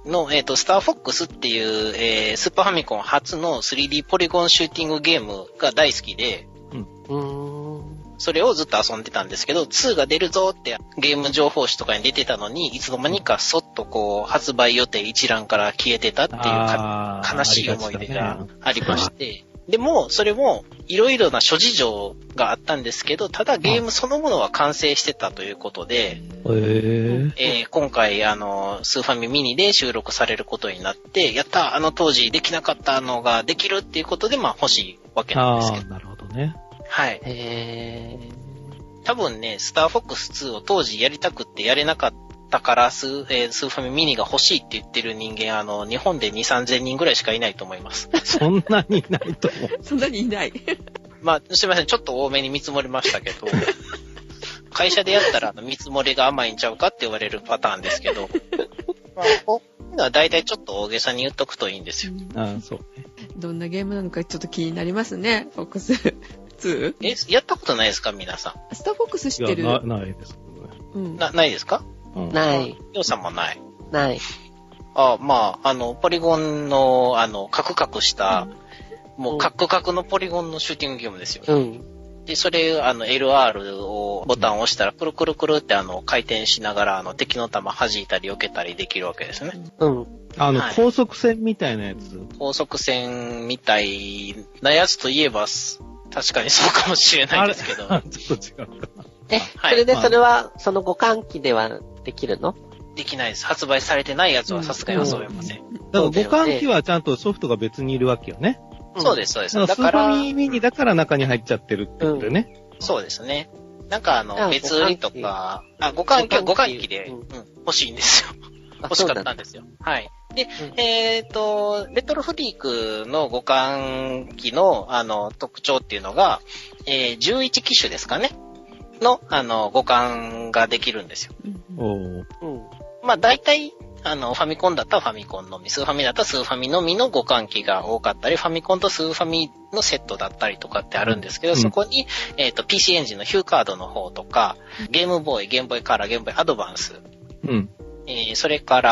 Speaker 2: の、えっ、ー、と、スターフォックスっていう、えー、スーパーファミコン初の スリーディー ポリゴンシューティングゲームが大好きで、うん、それをずっと遊んでたんですけど、ツーが出るぞってゲーム情報誌とかに出てたのに、いつの間にかそっとこう、発売予定一覧から消えてたっていうか悲しい思い出がありまして、でも、それも、いろいろな諸事情があったんですけど、ただゲームそのものは完成してたということで、
Speaker 4: へー
Speaker 2: えー、今回、あの、スーファミミニで収録されることになって、やった、あの当時できなかったのができるっていうことで、まあ欲しいわけなんですけど。
Speaker 4: ああ、なるほどね。
Speaker 2: はい。
Speaker 3: へー。
Speaker 2: 多分ね、スターフォックスツーを当時やりたくってやれなかったからスー、えー、スーファミミニが欲しいって言ってる人間、あの、日本でに、さんぜんにんぐらいしかいないと思います。
Speaker 4: そんなにいないと思う。
Speaker 1: そんなにいない。
Speaker 2: まあ、すいません、ちょっと多めに見積もりましたけど、会社でやったら見積もりが甘いんちゃうかって言われるパターンですけど、まあ、こういうのは大体ちょっと大げさに言っとくといいんですよ。
Speaker 1: うん、
Speaker 4: ああ、そうね。
Speaker 1: どんなゲームなのかちょっと気になりますね、フォックスツー。
Speaker 2: え、やったことないですか皆さん。
Speaker 1: スターフォックス知ってる？
Speaker 4: いや、な、ないです、ね。
Speaker 1: うん。
Speaker 2: な、ないですか？
Speaker 3: うん、ない。
Speaker 2: ようさんもない。
Speaker 3: ない。
Speaker 2: あ、まあ、あの、ポリゴンの、あの、カクカクした、うん、もうカクカクのポリゴンのシューティングゲームですよ。
Speaker 3: うん。
Speaker 2: で、それ、あの、エルアール を、ボタンを押したら、くるくるくるって、あの、回転しながら、あの、敵の弾弾いたり避けたりできるわけですね。
Speaker 3: うん。
Speaker 4: あの、
Speaker 2: はい、
Speaker 4: 高速線みたいなやつ。
Speaker 2: 高速線みたいなやつといえば、確かにそうかもしれないですけど。
Speaker 4: ちょっと違うかな。
Speaker 3: え、はい、それでそれは、その互換機ではできるの？
Speaker 2: できないです。発売されてないやつはさすがに遊べません。
Speaker 4: だから互換機はちゃんとソフトが別にいるわけよね。
Speaker 2: うん、そうです、そうです。
Speaker 4: だから、スーファミミニだから中に入っちゃってるってことでね。
Speaker 2: うん、そうですね。なんかあの、別売りとか、あ、互換機は互換機で、うん、欲しいんですよ。欲しかったんですよ。はい。で、うん、えっ、ー、と、レトロフリークの互換機の、あの、特徴っていうのが、えー、じゅういち機種ですかね。の、あの、互換ができるんですよ。
Speaker 4: お
Speaker 2: ー。うん。まあ、大体、あの、ファミコンだったらファミコンのみ、スーファミだったらスーファミのみの互換機が多かったり、ファミコンとスーファミのセットだったりとかってあるんですけど、うん、そこに、えっ、ー、と、ピーシー エンジンのヒューカードの方とか、ゲームボーイ、ゲームボーイカラー、ゲームボーイアドバンス。
Speaker 4: うん。
Speaker 2: えー、それから、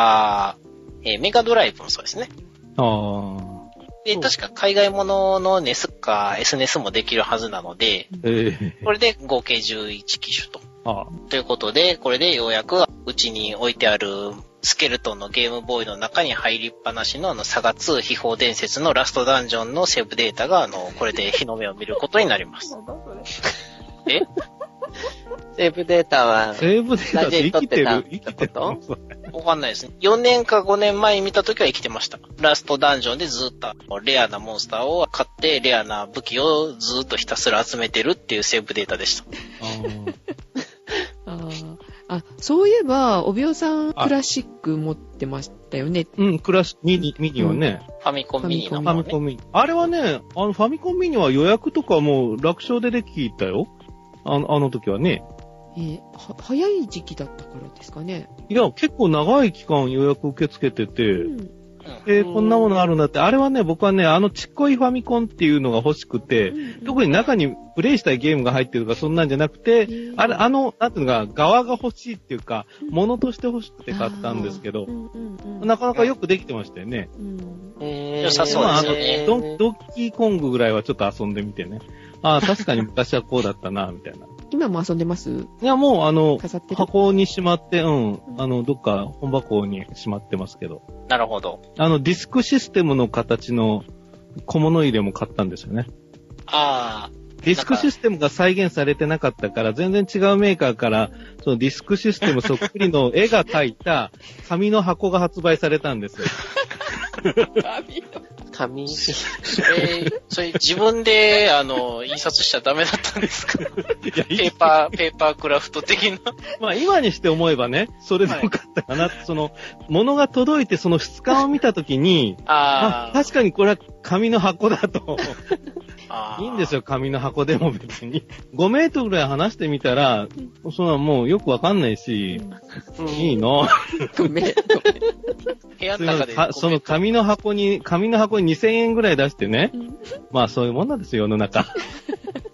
Speaker 2: えー、メガドライブもそうですね。
Speaker 4: ああ。
Speaker 2: で、確か海外ものの ネス か エスネス もできるはずなので、
Speaker 4: えー、
Speaker 2: これで合計じゅういち機種と。
Speaker 4: ああ
Speaker 2: ということで、これでようやくうちに置いてあるスケルトンのゲームボーイの中に入りっぱなしのあのサガツー秘宝伝説のラストダンジョンのセーブデータがあの、これで日の目を見ることになります。え
Speaker 3: セーブデータは、
Speaker 4: セーブデータって生きてる生きてる
Speaker 2: わかんないですね。よねんかごねんまえに見たときは生きてました。ラストダンジョンでずっとレアなモンスターを買って、レアな武器をずっとひたすら集めてるっていうセーブデータでした。
Speaker 1: ああ、そういえば、おびおさんクラシック持ってましたよね。
Speaker 4: うん、クラシック、ミニ、ミニはね、
Speaker 2: うん。ファミコンミニの、
Speaker 4: ね。ファミコンミニ。あれはね、あの、ファミコンミニは予約とかもう楽勝でできたよ。あの、あの時はね。
Speaker 1: えー、は、早い時期だったからですかね。
Speaker 4: いや、結構長い期間予約受け付けてて、うんえー、こんなものあるんだって。あれはね、僕はね、あのちっこいファミコンっていうのが欲しくて、うん、特に中にプレイしたいゲームが入ってるとかそんなんじゃなくて、うん、あれ、あの、なんていうのか、側が欲しいっていうか、うん、物として欲しくて買ったんですけど、うんうんうん、なかなかよくできてましたよね。
Speaker 2: うん、えー、良さそうですね。
Speaker 4: ドン、ドッキーコングぐらいはちょっと遊んでみてね。ああ、確かに昔はこうだったな、みたいな。
Speaker 1: 今も遊んでます？い
Speaker 4: や、もう、あの、箱にしまって、うん、あの、どっか本箱にしまってますけど。
Speaker 2: なるほど。
Speaker 4: あの、ディスクシステムの形の小物入れも買ったんですよね。
Speaker 2: ああ。
Speaker 4: ディスクシステムが再現されてなかったから、全然違うメーカーから、そのディスクシステムそっくりの絵が描いた紙の箱が発売されたんですよ。
Speaker 3: 紙
Speaker 2: それ、それ自分で、あの、印刷しちゃダメだったんですか？いやペーパー、ペーパークラフト的な。
Speaker 4: まあ今にして思えばね、それでよかったかな。はい、その、物が届いてその質感を見たときに、ああ確かにこれは紙の箱だと。いいんですよ、紙の箱でも別に。ごメートルぐらい離してみたら、そんなもうよくわかんないし、うん、いいの。
Speaker 1: ごめん、ごめん。
Speaker 2: 部屋の中で
Speaker 4: その紙の箱に、紙の箱ににせんえんぐらい出してね。うん、まあそういうもんなんですよ、世の中。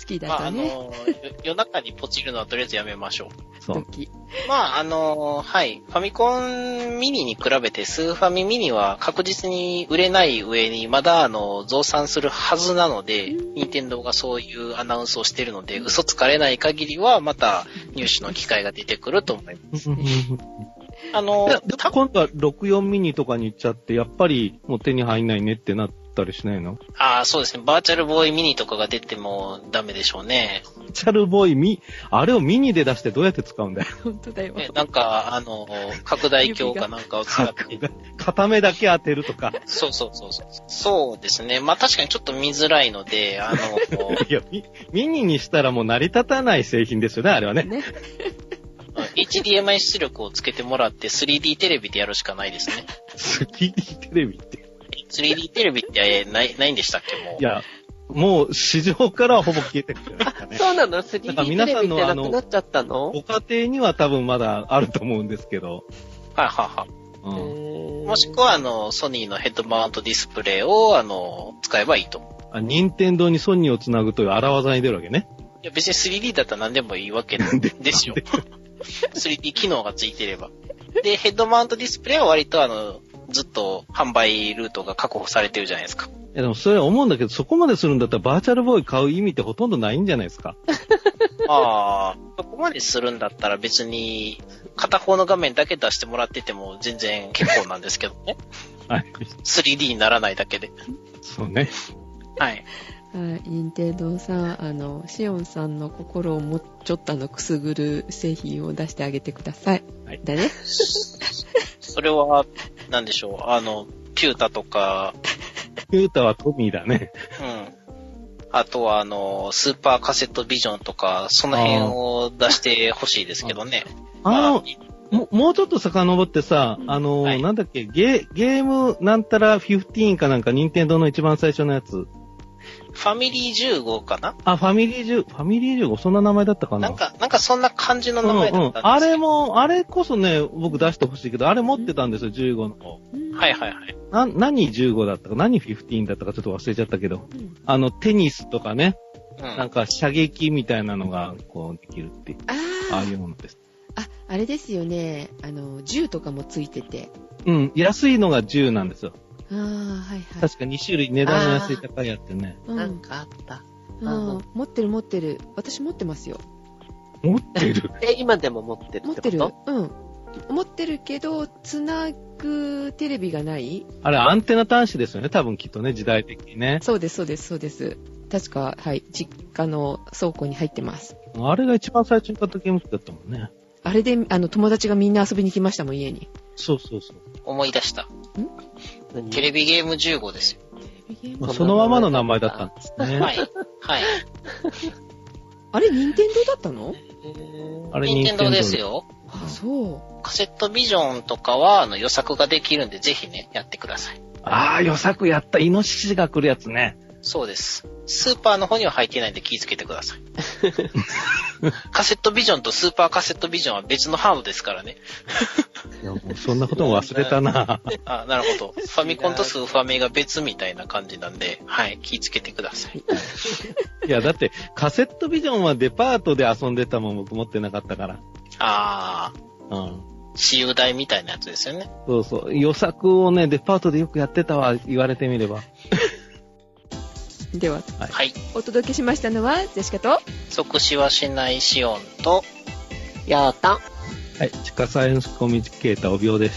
Speaker 1: 好きだとね。
Speaker 2: まあ、あの、夜中にポチるのはとりあえずやめましょう。
Speaker 1: そう。
Speaker 2: まあ、あの、はい。ファミコンミニに比べてスーファミミニは確実に売れない上に、まだあの、増産するはずなので、任天堂がそういうアナウンスをしているので、嘘つかれない限りは、また入手の機会が出てくると思います。あの、
Speaker 4: 今度はろくじゅうよんミニとかに行っちゃって、やっぱりもう手に入んないねってなったりしないの？
Speaker 2: ああ、そうですね。バーチャルボーイミニとかが出てもダメでしょうね。
Speaker 4: バーチャルボーイミ、あれをミニで出してどうやって使うんだよ。
Speaker 1: 本当だよ。
Speaker 2: ね、なんか、あの、拡大鏡かなんかを使って。
Speaker 4: 片目だけ当てるとか。
Speaker 2: そうそうそうそう。そうですね。まあ確かにちょっと見づらいので、あの、
Speaker 4: いやミ、ミニにしたらもう成り立たない製品ですよね、あれはね。ね
Speaker 2: エイチディーエムアイ 出力をつけてもらって スリーディー テレビでやるしかないですね。
Speaker 4: スリーディー テレビって
Speaker 2: スリーディー テレビってない、ないんでしたっけもう。
Speaker 4: いや、もう市場からはほぼ消えてるんじゃないですかね。
Speaker 3: そうなの ?スリーディー テレビってなくなっちゃったの？
Speaker 4: ご家庭には多分まだあると思うんですけど。
Speaker 2: はいはいはい。うん、もしくはあの、ソニーのヘッドマウントディスプレイをあの、使えばいいと。
Speaker 4: あ、任天堂にソニーをつなぐという荒技に出るわけね。
Speaker 2: いや別に スリーディー だったら何でもいいわけですよ。スリーディー 機能がついてれば。で、ヘッドマウントディスプレイは割とあの、ずっと販売ルートが確保されてるじゃないですか。
Speaker 4: いやでもそれは思うんだけど、そこまでするんだったらバーチャルボーイ買う意味ってほとんどないんじゃないですか。
Speaker 2: ああ、そこまでするんだったら別に、片方の画面だけ出してもらってても全然結構なんですけどね。はい。スリーディー にならないだけで。
Speaker 4: そうね。
Speaker 2: はい。
Speaker 1: 任天堂さん、あの、シオンさんの心をもうちょっとあの、くすぐる製品を出してあげてください。はい。だね。
Speaker 2: それは、なんでしょう、あの、ピュータとか。
Speaker 4: ピュータはトミーだね。
Speaker 2: うん。あとは、あの、スーパーカセットビジョンとか、その辺を出してほしいですけどね。
Speaker 4: あの、まあ、も, もうちょっと遡ってさ、あの、はい、なんだっけ、ゲ、ゲームなんたらじゅうごかなんか、任天堂の一番最初のやつ。
Speaker 2: ファミリーじゅうごかな？
Speaker 4: あ、ファミリーじゅう、ファミリーじゅうご、そんな名前だったかな？
Speaker 2: なんか、なんかそんな感じの名前だったんです、うんうん、
Speaker 4: あれも、あれこそね、僕出してほしいけど、あれ持ってたんですよ、じゅうごの方。
Speaker 2: はいはいはい。
Speaker 4: な、何じゅうごだったか、何じゅうごだったかちょっと忘れちゃったけど、うん、あの、テニスとかね、うん、なんか射撃みたいなのが、こう、できるっていう。ああ。ああいうものです。
Speaker 1: あ、あれですよね、あの、銃とかもついてて。
Speaker 4: うん、安いのがじゅうなんですよ。
Speaker 1: ああ、はいはい。
Speaker 4: 確かに種類値段の安い高いやってね。
Speaker 3: なんかあった。
Speaker 1: うん、持ってる持ってる。私持ってますよ。
Speaker 4: 持ってる
Speaker 3: え、今でも持ってるってこと？持ってる。
Speaker 1: うん。持ってるけど、つなぐテレビがない？
Speaker 4: あれ、アンテナ端子ですよね、多分きっとね、時代的にね。
Speaker 1: そうです、そうです、そうです。確か、はい、実家の倉庫に入ってます。
Speaker 4: あれが一番最初に買ったゲーム機だったもんね。
Speaker 1: あれで、あの、友達がみんな遊びに来ましたもん、家に。
Speaker 4: そうそうそう。
Speaker 2: 思い出した。ん？テレビゲームじゅうごですよ。
Speaker 1: テレビゲー
Speaker 4: ム、まあ、そのままの名前だったんですね。
Speaker 2: はい。はい。
Speaker 1: あれ、任天堂だったの？
Speaker 2: あれ、任天堂ですよ。
Speaker 1: あ、そう。
Speaker 2: カセットビジョンとかは、あの、予作ができるんで、ぜひね、やってください。
Speaker 4: ああ、予作やった。イノシシが来るやつね。
Speaker 2: そうです。スーパーの方には入ってないんで気をつけてください。カセットビジョンとスーパーカセットビジョンは別のハードですからね。
Speaker 4: いやもうそんなことも忘れたな
Speaker 2: あ、なるほど。ファミコンとスーファミが別みたいな感じなんで、はい、気をつけてください。
Speaker 4: いや、だってカセットビジョンはデパートで遊んでたもん僕持ってなかったから。
Speaker 2: あ
Speaker 4: あ。うん。
Speaker 2: 私有台みたいなやつですよね。
Speaker 4: そうそう。予作をね、デパートでよくやってたわ、言われてみれば。
Speaker 1: では、
Speaker 2: はい。
Speaker 1: お届けしましたのは、ジェシカと、
Speaker 2: 即死はしないシオンと、
Speaker 3: ヤータン。
Speaker 4: はい、地下サイエンスコミュニケーター帯尾でした。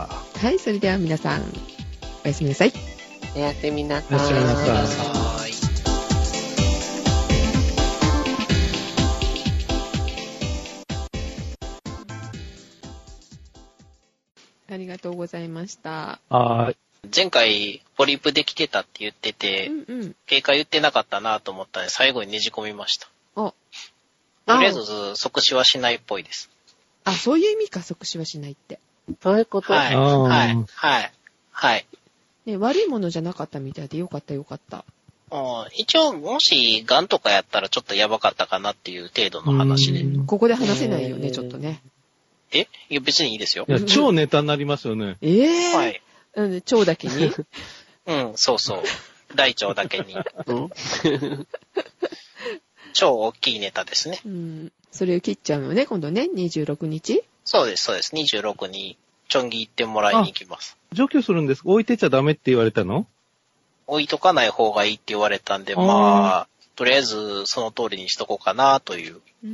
Speaker 1: はい、それでは皆さん、おやすみなさい。
Speaker 3: おやすみなさい。
Speaker 4: おやすみなさい。
Speaker 1: ありがとうございました。
Speaker 4: はい。
Speaker 2: 前回、ポリープできてたって言ってて、うんうん、経過言ってなかったなと思ったので、最後にねじ込みました。
Speaker 1: お
Speaker 2: とりあえず、即死はしないっぽいです。
Speaker 1: あ、そういう意味か、即死はしないって。
Speaker 3: そういうこと？
Speaker 2: はい、はい、はい、はい。
Speaker 1: ね、悪いものじゃなかったみたいで、よかったよかった。
Speaker 2: あ一応、もし、ガンとかやったらちょっとやばかったかなっていう程度の話で。
Speaker 1: ここで話せないよね、ちょっとね。
Speaker 2: えいや、別にいいですよ。
Speaker 4: いや、超ネタになりますよね。
Speaker 1: ええー。
Speaker 2: はい。
Speaker 1: うん、腸だけに
Speaker 2: うん、そうそう。大腸だけに。 超大きいネタですね。
Speaker 1: うん。それを切っちゃうのね、今度ね、にじゅうろくにち？
Speaker 2: そうです、そうです。にじゅうろくにちょん切ってもらいに行きます。
Speaker 4: 除去するんですか？置いてちゃダメって言われたの？
Speaker 2: 置いとかない方がいいって言われたんで、まあ、とりあえずその通りにしとこうかなという。
Speaker 3: うん。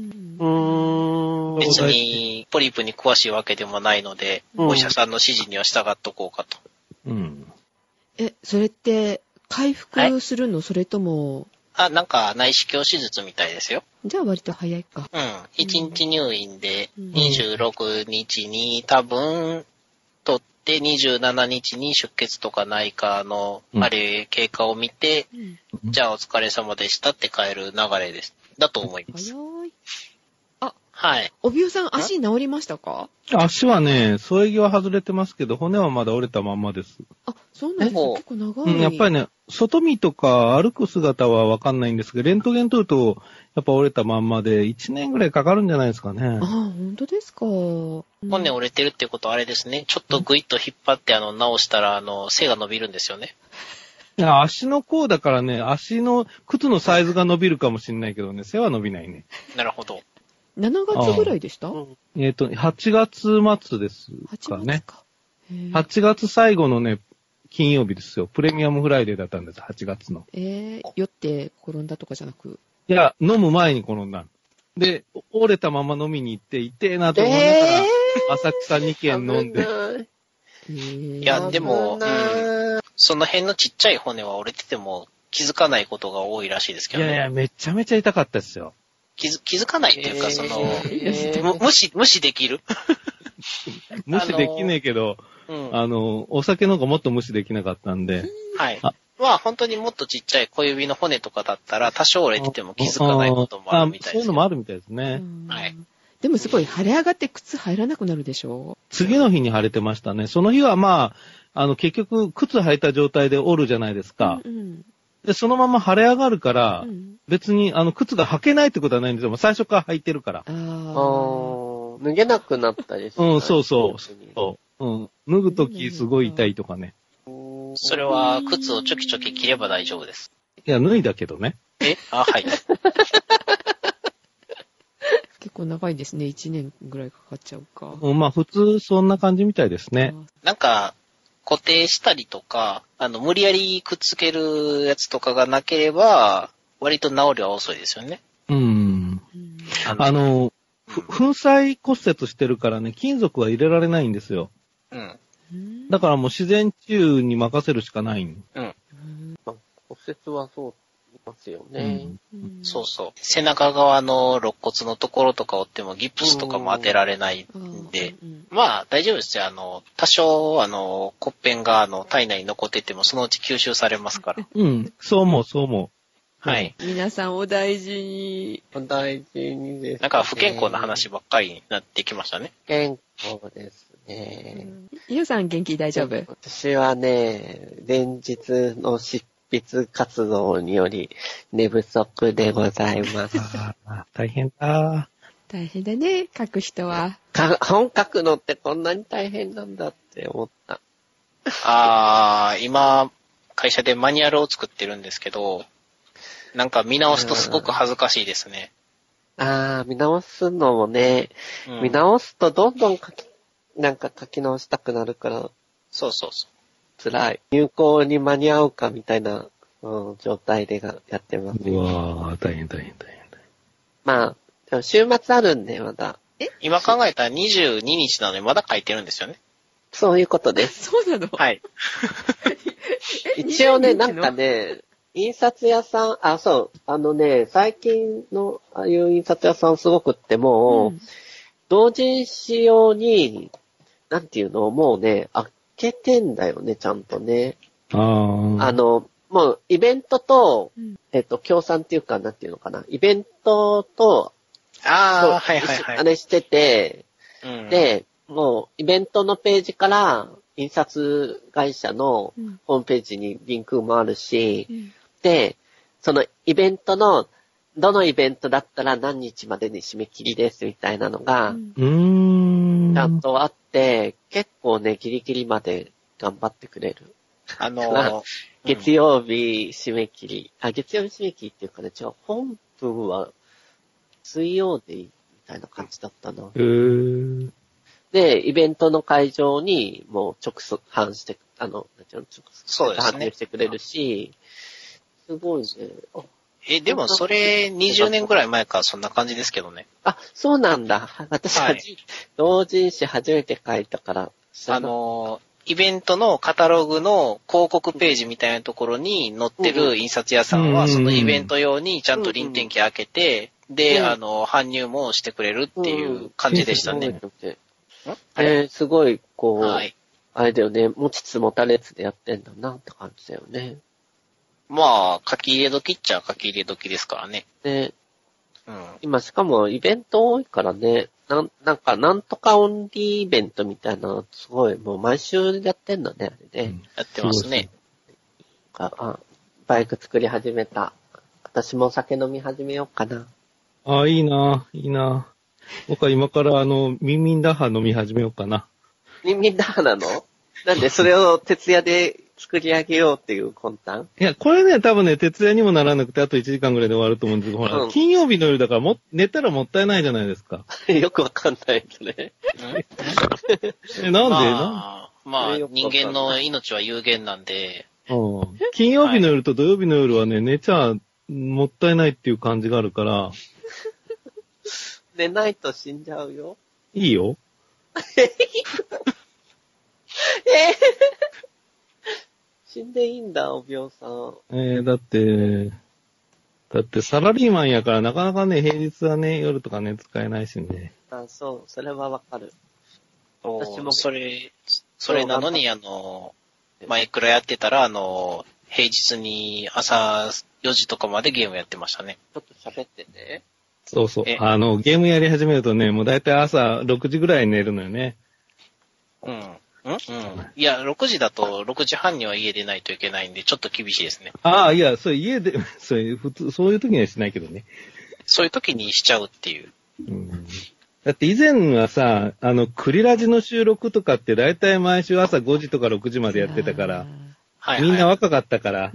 Speaker 2: 別にポリープに詳しいわけでもないので、うん、お医者さんの指示には従っとこうかと。
Speaker 4: うん。
Speaker 1: え、それって回復するの、はい、それとも？
Speaker 2: あ、なんか内視鏡手術みたいですよ。
Speaker 1: じゃあ割と早いか。
Speaker 2: うん。いちにち入院でにじゅうろくにちに多分取ってにじゅうしちにちに出血とかないかのあれ経過を見て、うん、じゃあお疲れ様でしたって帰る流れです。だと思います。
Speaker 1: 早い。あ、
Speaker 2: はい。
Speaker 1: おびおさん足治りましたか？
Speaker 4: 足はね、添え木は外れてますけど、骨はまだ折れたまんまです。
Speaker 1: あ、そうなんですか。結構長い。
Speaker 4: うん、やっぱりね、外見とか歩く姿はわかんないんですけど、レントゲン取ると、やっぱ折れたまんまで、いちねんぐらいかかるんじゃないですかね。あ
Speaker 1: あ、本当ですか。うん、
Speaker 2: 骨折れてるってことはあれですね。ちょっとグイッと引っ張って、あの、直したら、あの、背が伸びるんですよね。
Speaker 4: いや、足の甲だからね、足の、靴のサイズが伸びるかもしれないけどね、背は伸びないね。
Speaker 2: なるほど。
Speaker 1: しちがつぐらいでした？
Speaker 4: えっと、はちがつ末ですかね。はちがつか。はちがつ最後のね、金曜日ですよ。プレミアムフライデーだったんです、はちがつの。
Speaker 1: えー、酔って転んだとかじゃなく？
Speaker 4: いや、飲む前に転んだ。で、折れたまま飲みに行って、痛えなと思いながら、えー、浅草にけん飲んで。
Speaker 2: いや、でも、うん、その辺のちっちゃい骨は折れてても気づかないことが多いらしいですけどね。
Speaker 4: いやいや、めちゃめちゃ痛かったですよ。
Speaker 2: 気づ、気づかないっていうか、その、えー、無視、無視できる
Speaker 4: 無視できねえけど、あの、うん、あの、お酒の方がもっと無視できなかったんで。
Speaker 2: はい。あまあ本当にもっとちっちゃい小指の骨とかだったら多少折れてても気づかないこともあるみたいです。
Speaker 4: そういうのもあるみたいですね。
Speaker 2: はい。
Speaker 1: でもすごい腫れ上がって靴入らなくなるでしょ？
Speaker 4: 次の日に腫れてましたね。その日はまあ、あの結局靴履いた状態で折るじゃないですか。うんうん、で、そのまま腫れ上がるから、うん、別にあの靴が履けないってことはないんですよ。最初から履いてるから。あ
Speaker 3: あ。脱げなくなったりする。
Speaker 4: うん、そうそう。そう。うん。脱ぐときすごい痛いとかね。
Speaker 2: それは靴をちょきちょき着れば大丈夫です。
Speaker 4: いや、脱いだけどね。
Speaker 2: え？あ、はい。
Speaker 1: 結構長いですね。いちねんぐらいかかっちゃうか。
Speaker 4: うん、まあ普通そんな感じみたいですね。
Speaker 2: なんか、固定したりとか、あの、無理やりくっつけるやつとかがなければ、割と治りは遅いですよね。
Speaker 4: うん。あの、あの粉砕骨折してるからね、金属は入れられないんですよ。うん。だからもう自然治癒に任せるしかない。うん。
Speaker 3: まあ、骨折はそう言いますよね、
Speaker 2: うん。そうそう。背中側の肋骨のところとか折ってもギプスとかも当てられないんで、まあ大丈夫ですよ。あの、多少、あの、骨片があの体内に残っててもそのうち吸収されますから。
Speaker 4: うん。そう思う、そう思う。
Speaker 2: はい。
Speaker 1: 皆さんお大事に。
Speaker 3: お大事にです、ね。
Speaker 2: なんか不健康な話ばっかりになってきましたね。
Speaker 3: 健康ですね。
Speaker 1: ゆうさん元気大丈夫？
Speaker 3: 私はね、連日の執筆活動により寝不足でございます。
Speaker 4: あ大変だ。
Speaker 1: 大変だね、書く人は。
Speaker 3: か本書くのってこんなに大変なんだって思った。
Speaker 2: あー、今、会社でマニュアルを作ってるんですけど、なんか見直すとすごく恥ずかしいですね。
Speaker 3: あー、見直すのもね、うん、見直すとどんどん書き、なんか書き直したくなるから。
Speaker 2: そうそうそう。
Speaker 3: 辛い。入稿に間に合うかみたいな、うん、状態でがやってます。
Speaker 4: うわー、大変大変大変。
Speaker 3: まあ、週末あるんで、まだ。
Speaker 2: え今考えたらにじゅうににちなのにまだ書いてるんですよね。
Speaker 3: そういうことです。
Speaker 1: そうなの？
Speaker 2: はい。
Speaker 3: 一応ね、なんかね、印刷屋さん、あ、そう、あのね、最近のああいう印刷屋さんすごくってもう、うん、同人誌用に、なんていうの、もうね、開けてんだよね、ちゃんとね。
Speaker 4: あ
Speaker 3: あの、もうイベントと、うん、えっと、協賛っていうか、なんていうのかな、イベントと、
Speaker 2: ああ、はいはいはい。
Speaker 3: あれしてて、うん、で、もうイベントのページから、印刷会社のホームページにリンクもあるし、うん、で、そのイベントの、どのイベントだったら何日までに締め切りですみたいなのが、ちゃんとあって、結構ね、ギリギリまで頑張ってくれる。
Speaker 2: あのー、
Speaker 3: 月曜日締め切り、うん、あ、月曜日締め切りっていうかね、違う、本文は水曜でいいみたいな感じだったな。
Speaker 4: へー。
Speaker 3: で、イベントの会場にもう直販して、あの、なんていうの、直接搬入してくれるし、すごいね。
Speaker 2: え、でもそれにじゅうねんぐらい前からそんな感じですけどね。
Speaker 3: あ、そうなんだ。私は、はい、同人誌初めて書いたから。
Speaker 2: あの、イベントのカタログの広告ページみたいなところに載ってる印刷屋さんは、そのイベント用にちゃんと輪転機開けて、で、あの、搬入もしてくれるっていう感じでしたね。
Speaker 3: えー、すごい、こう、はい、あれだよね、持ちつ持たれつでやってんだなって感じだよね。
Speaker 2: まあ、書き入れ時っちゃ書き入れ時ですからね。
Speaker 3: ね。うん。今しかもイベント多いからね、なん、なんかなんとかオンリーイベントみたいな、すごい、もう毎週やってんだね、あれね。うん、
Speaker 2: やってますね。
Speaker 3: あ、あ、バイク作り始めた。私もお酒飲み始めようかな。
Speaker 4: あ、いいな、いいな。僕は今からあの、ミンミンダハ飲み始めようかな。
Speaker 3: ミンミンダハなの？なんでそれを徹夜で作り上げようっていう魂胆？
Speaker 4: いや、これね、多分ね、徹夜にもならなくて、あといちじかんぐらいで終わると思うんですけど、ほら、うん、金曜日の夜だからも、寝たらもったいないじゃないですか。
Speaker 3: よくわかんないそれ。
Speaker 4: え、なんで、ま
Speaker 2: あ、まあ、人間の命は有限なんで。
Speaker 4: うん。金曜日の夜と土曜日の夜はね、寝ちゃもったいないっていう感じがあるから。
Speaker 3: 寝ないと死んじゃうよ。
Speaker 4: いいよ。
Speaker 3: え死んでいいんだ、おびょうさん。
Speaker 4: えー、だって、だってサラリーマンやからなかなかね、平日はね、夜とかね、使えないしね。
Speaker 3: あ、そう、それはわかる。
Speaker 2: 私もそれ、それなのに、あの、マイクラやってたら、あの、平日に朝よじとかまでゲームやってましたね。
Speaker 3: ちょっと喋ってね。
Speaker 4: そうそう。あの、ゲームやり始めるとね、もうだいたい朝ろくじぐらいに寝るのよね。
Speaker 2: うん。うんうん。いや、ろくじだとろくじはんには家出ないといけないんで、ちょっと厳しいですね。
Speaker 4: ああ、いや、それ家で、それ普通、そういう時にはしないけどね。
Speaker 2: そういう時にしちゃうっていう。
Speaker 4: うん、だって以前はさ、あの、クリラジの収録とかってだいたい毎週朝ごじとかろくじまでやってたから、はいはい、みんな若かったから。
Speaker 2: うん、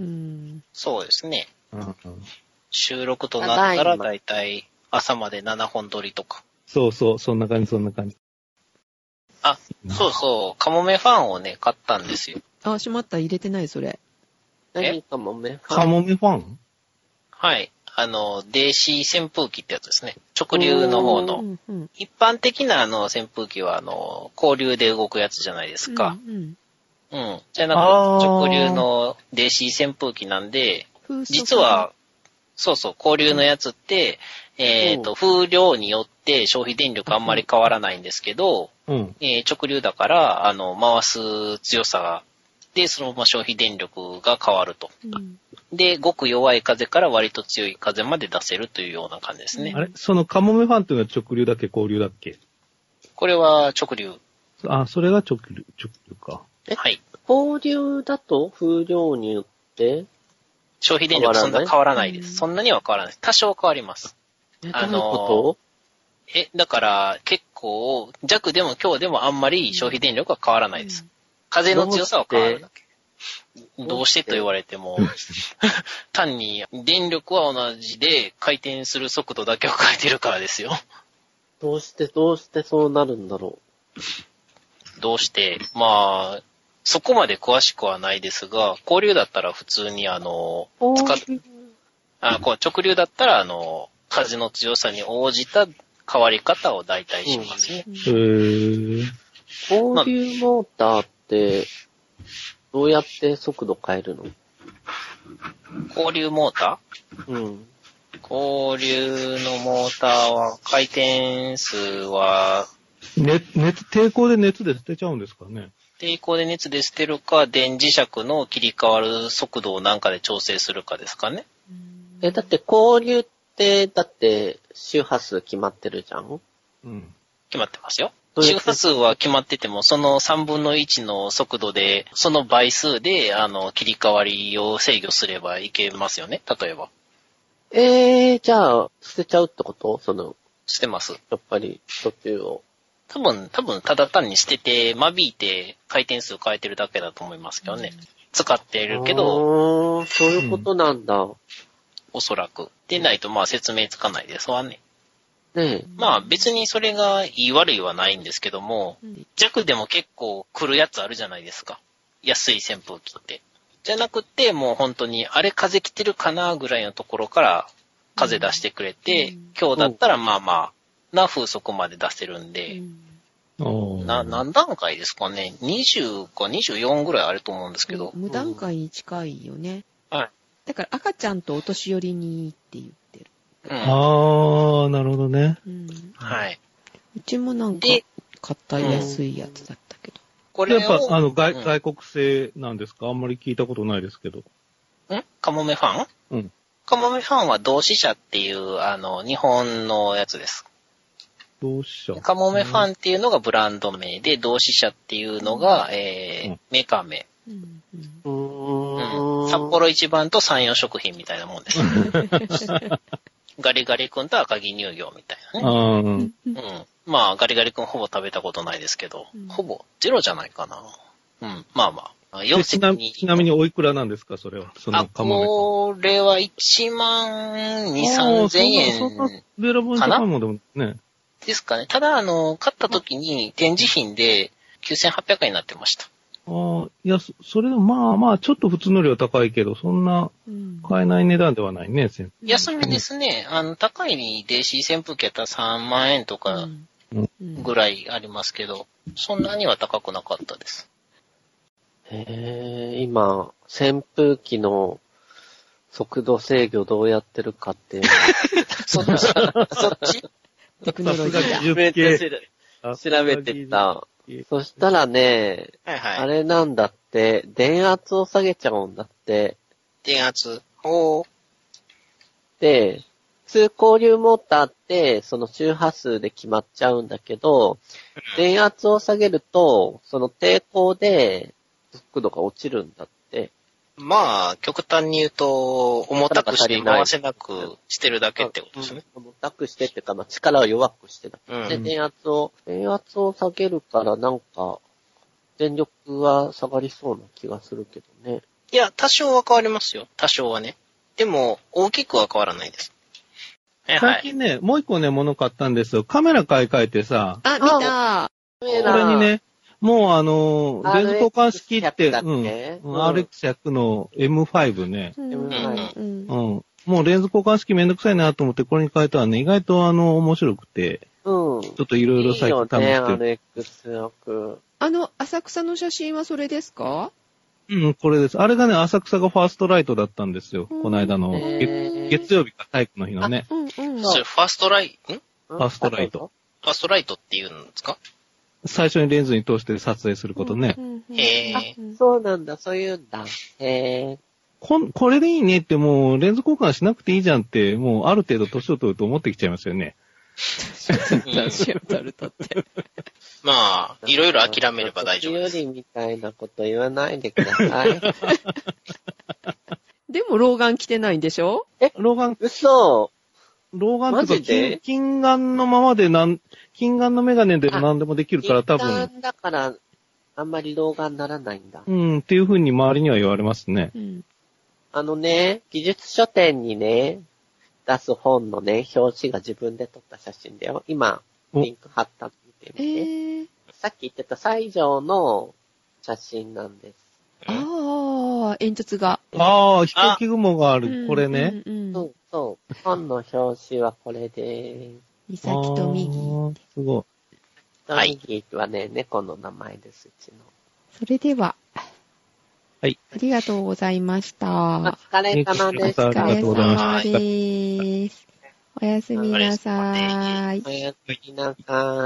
Speaker 2: そうですね。
Speaker 4: うんうん、
Speaker 2: 収録となったらだいたい朝までななほん撮りとか。
Speaker 4: そうそう、そんな感じ、そんな感じ。
Speaker 2: あ、そうそう、カモメファンをね、買ったんですよ。
Speaker 1: あ、しまった、入れてない、それ。
Speaker 3: 何カモメファン？
Speaker 4: カモメファン？
Speaker 2: はい。あの、デーシー扇風機ってやつですね。直流の方の。うんうん、一般的なあの扇風機は、あの、交流で動くやつじゃないですか。うん、うん。うん。じゃなく、直流のデーシー扇風機なんで、実は、そうそう、交流のやつって、えっと、風量によって消費電力あんまり変わらないんですけど、うんえー、直流だから、あの、回す強さが、で、そのまま消費電力が変わると。うん、で、ごく弱い風から割と強い風まで出せるというような感じですね。
Speaker 4: あれそのカモメファンっていうのは直流だっけ交流だっけ？
Speaker 2: これは直流。
Speaker 4: あ、それが直流、直流か。
Speaker 3: え
Speaker 2: はい。
Speaker 3: 交流だと風量によって
Speaker 2: 消費電力そんな変わらないです。そんなには変わらないです。多少変わります。
Speaker 3: え、あのー、どういうこと？
Speaker 2: え、だから結構弱でも強でもあんまり消費電力は変わらないです。うん、風の強さは変わるだけ。どうしてと言われても、単に電力は同じで回転する速度だけを変えてるからですよ。
Speaker 3: どうして、どうしてそうなるんだろ
Speaker 2: う。どうして、まあ、そこまで詳しくはないですが、交流だったら普通にあの、使っ、あ、こう直流だったらあの、風の強さに応じた変わり方を大体しますね。
Speaker 4: うん、へー。
Speaker 3: 交流モーターって、どうやって速度変えるの？
Speaker 2: 交流モータ
Speaker 3: ー？うん。
Speaker 2: 交流のモーターは、回転数は、
Speaker 4: 熱、熱、抵抗で熱で捨てちゃうんですかね？
Speaker 2: 抵抗で熱で捨てるか、電磁石の切り替わる速度をなんかで調整するかですかね。
Speaker 3: え、だって交流って、だって周波数決まってるじゃん？
Speaker 4: うん。
Speaker 2: 決まってますよ。周波数は決まってても、そのさんぶんのいちの速度で、その倍数で、あの、切り替わりを制御すればいけますよね、例えば。
Speaker 3: えー、じゃあ、捨てちゃうってこと？その、
Speaker 2: 捨てます。
Speaker 3: やっぱり、途中を。
Speaker 2: 多分、多分、ただ単に捨てて、間引いて、回転数変えてるだけだと思いますけどね。 使ってるけど。
Speaker 3: ああ、そういうことなんだ。うん、
Speaker 2: おそらく。でないとまあ説明つかないですわね。
Speaker 3: ねえ。
Speaker 2: まあ別にそれがいい悪いはないんですけども、弱でも結構来るやつあるじゃないですか。安い扇風機って。じゃなくて、もう本当にあれ風来てるかなぐらいのところから風出してくれて、うん、今日だったらまあまあな風速まで出せるんで、うん、な何段階ですかね、にじゅうかにじゅうよんぐらいあると思うんですけど、
Speaker 1: 無段階に近いよね。
Speaker 2: はい。
Speaker 1: だから赤ちゃんとお年寄りにって言ってる。
Speaker 4: うん、ああ、なるほどね。
Speaker 1: うん、
Speaker 2: はい。
Speaker 1: うちもなんか買った安いやつだったけど。
Speaker 4: これやっぱ、あの、外、うん、外国製なんですか？あんまり聞いたことないですけど。
Speaker 2: んカモメファン？うん。カモメファンは同志社っていう、あの、日本のやつです。
Speaker 4: 同志社？
Speaker 2: カモメファンっていうのがブランド名で、同志社っていうのが、えーうん、メーカー名。うんうんうん、札幌一番と山陽食品みたいなもんです。ガリガリ君と赤城乳業みたいなね。うん。うん。まあ、ガリガリ君ほぼ食べたことないですけど、うん、ほぼゼロじゃないかな。うん。まあまあ。
Speaker 4: ちなちなみにおいくらなんですか、それは。そのカモメ。
Speaker 2: これはいちまんにせん、さんぜんえん。そんな、
Speaker 4: ベラボン高いもんでもね。
Speaker 2: ですかね。ただ、あの、買った時に展示品できゅうせんはっぴゃくえんになってました。
Speaker 4: ああ、いや、それでもまあまあ、ちょっと普通の量高いけど、そんな買えない値段ではないね、扇風機。
Speaker 2: 安めですね。あの、高いに電子扇風機やったらさんまんえんとかぐらいありますけど、そんなには高くなかったです。
Speaker 3: へえ、今、扇風機の速度制御どうやってるかっていうの
Speaker 2: そっちそっち
Speaker 1: テクノロジー
Speaker 3: だ。めっちゃ調べてた。そしたらね、はいはい、あれなんだって、電圧を下げちゃうんだって。
Speaker 2: 電圧おー。
Speaker 3: で、普通交流モーターって、その周波数で決まっちゃうんだけど、うん、電圧を下げると、その抵抗で速度が落ちるんだって。
Speaker 2: まあ、極端に言うと、重たくして回せなくしてるだけってことですね。
Speaker 3: うん、重たくしてっていうか、まあ、力を弱くしてだけ、うん、で、電圧を、電圧を下げるからなんか、電力は下がりそうな気がするけどね。
Speaker 2: いや、多少は変わりますよ。多少はね。でも、大きくは変わらないです。
Speaker 4: はいはい、最近ね、もう一個ね、物買ったんですよ。カメラ買い替えてさ。
Speaker 1: あ、見た。
Speaker 3: これ
Speaker 4: にね、もうあの、レンズ交換式って、うん、うん、アールエックスひゃく の エムファイブ ね。
Speaker 3: エムファイブ。
Speaker 4: うん。もうレンズ交換式めんどくさいなと思ってこれに変えたらね、意外とあの、面白くて。うん。ちょっといろいろ最近試してる。いいよね、
Speaker 3: アールエックスひゃく。
Speaker 1: あの、浅草の写真はそれですか？
Speaker 4: うん、これです。あれがね、浅草がファーストライトだったんですよ。この間の月、月曜日か体育の日のね。
Speaker 2: うんうん。それファーストライト、ん
Speaker 4: ファーストライト。
Speaker 2: ファーストライトって言うんですか？
Speaker 4: 最初にレンズに通して撮影することね。
Speaker 2: へ
Speaker 3: ぇー。そうなんだ、そういうんだ。へぇー。
Speaker 4: こ、これでいいねってもうレンズ交換しなくていいじゃんって、もうある程度年を取ると思ってきちゃいますよね。
Speaker 1: 年を取るとって。
Speaker 2: まあ、いろいろ諦めれば大丈夫です。
Speaker 3: 年寄りみたいなこと言わないでください。
Speaker 1: でも老眼来てないんでしょ？
Speaker 3: え、
Speaker 4: 老眼、
Speaker 3: 嘘。
Speaker 4: 老眼とか金、金眼のままでなん、金眼のメガネでも何でもできるから多分。
Speaker 3: 金眼だから、あんまり老眼ならないんだ。
Speaker 4: うん、っていう風に周りには言われますね。うん、
Speaker 3: あのね、技術書店にね、出す本のね、表紙が自分で撮った写真だよ。今、リンク貼ったの見てみて。えー、さっき言ってた西条の写真なんです。
Speaker 1: ああ、煙突が。
Speaker 4: ああ、飛行機雲がある。これね。
Speaker 3: うんうんうん、そうそう。本の表紙はこれでーす。
Speaker 1: みさきとみぎ。
Speaker 4: すご
Speaker 3: い。はい。みぎはね、猫の名前です、うちの。
Speaker 1: それでは。
Speaker 4: はい。
Speaker 1: ありがとうございました。
Speaker 3: お疲れ様でした。
Speaker 1: お疲れ様です。おやすみなさーい。
Speaker 3: おやすみなさーい。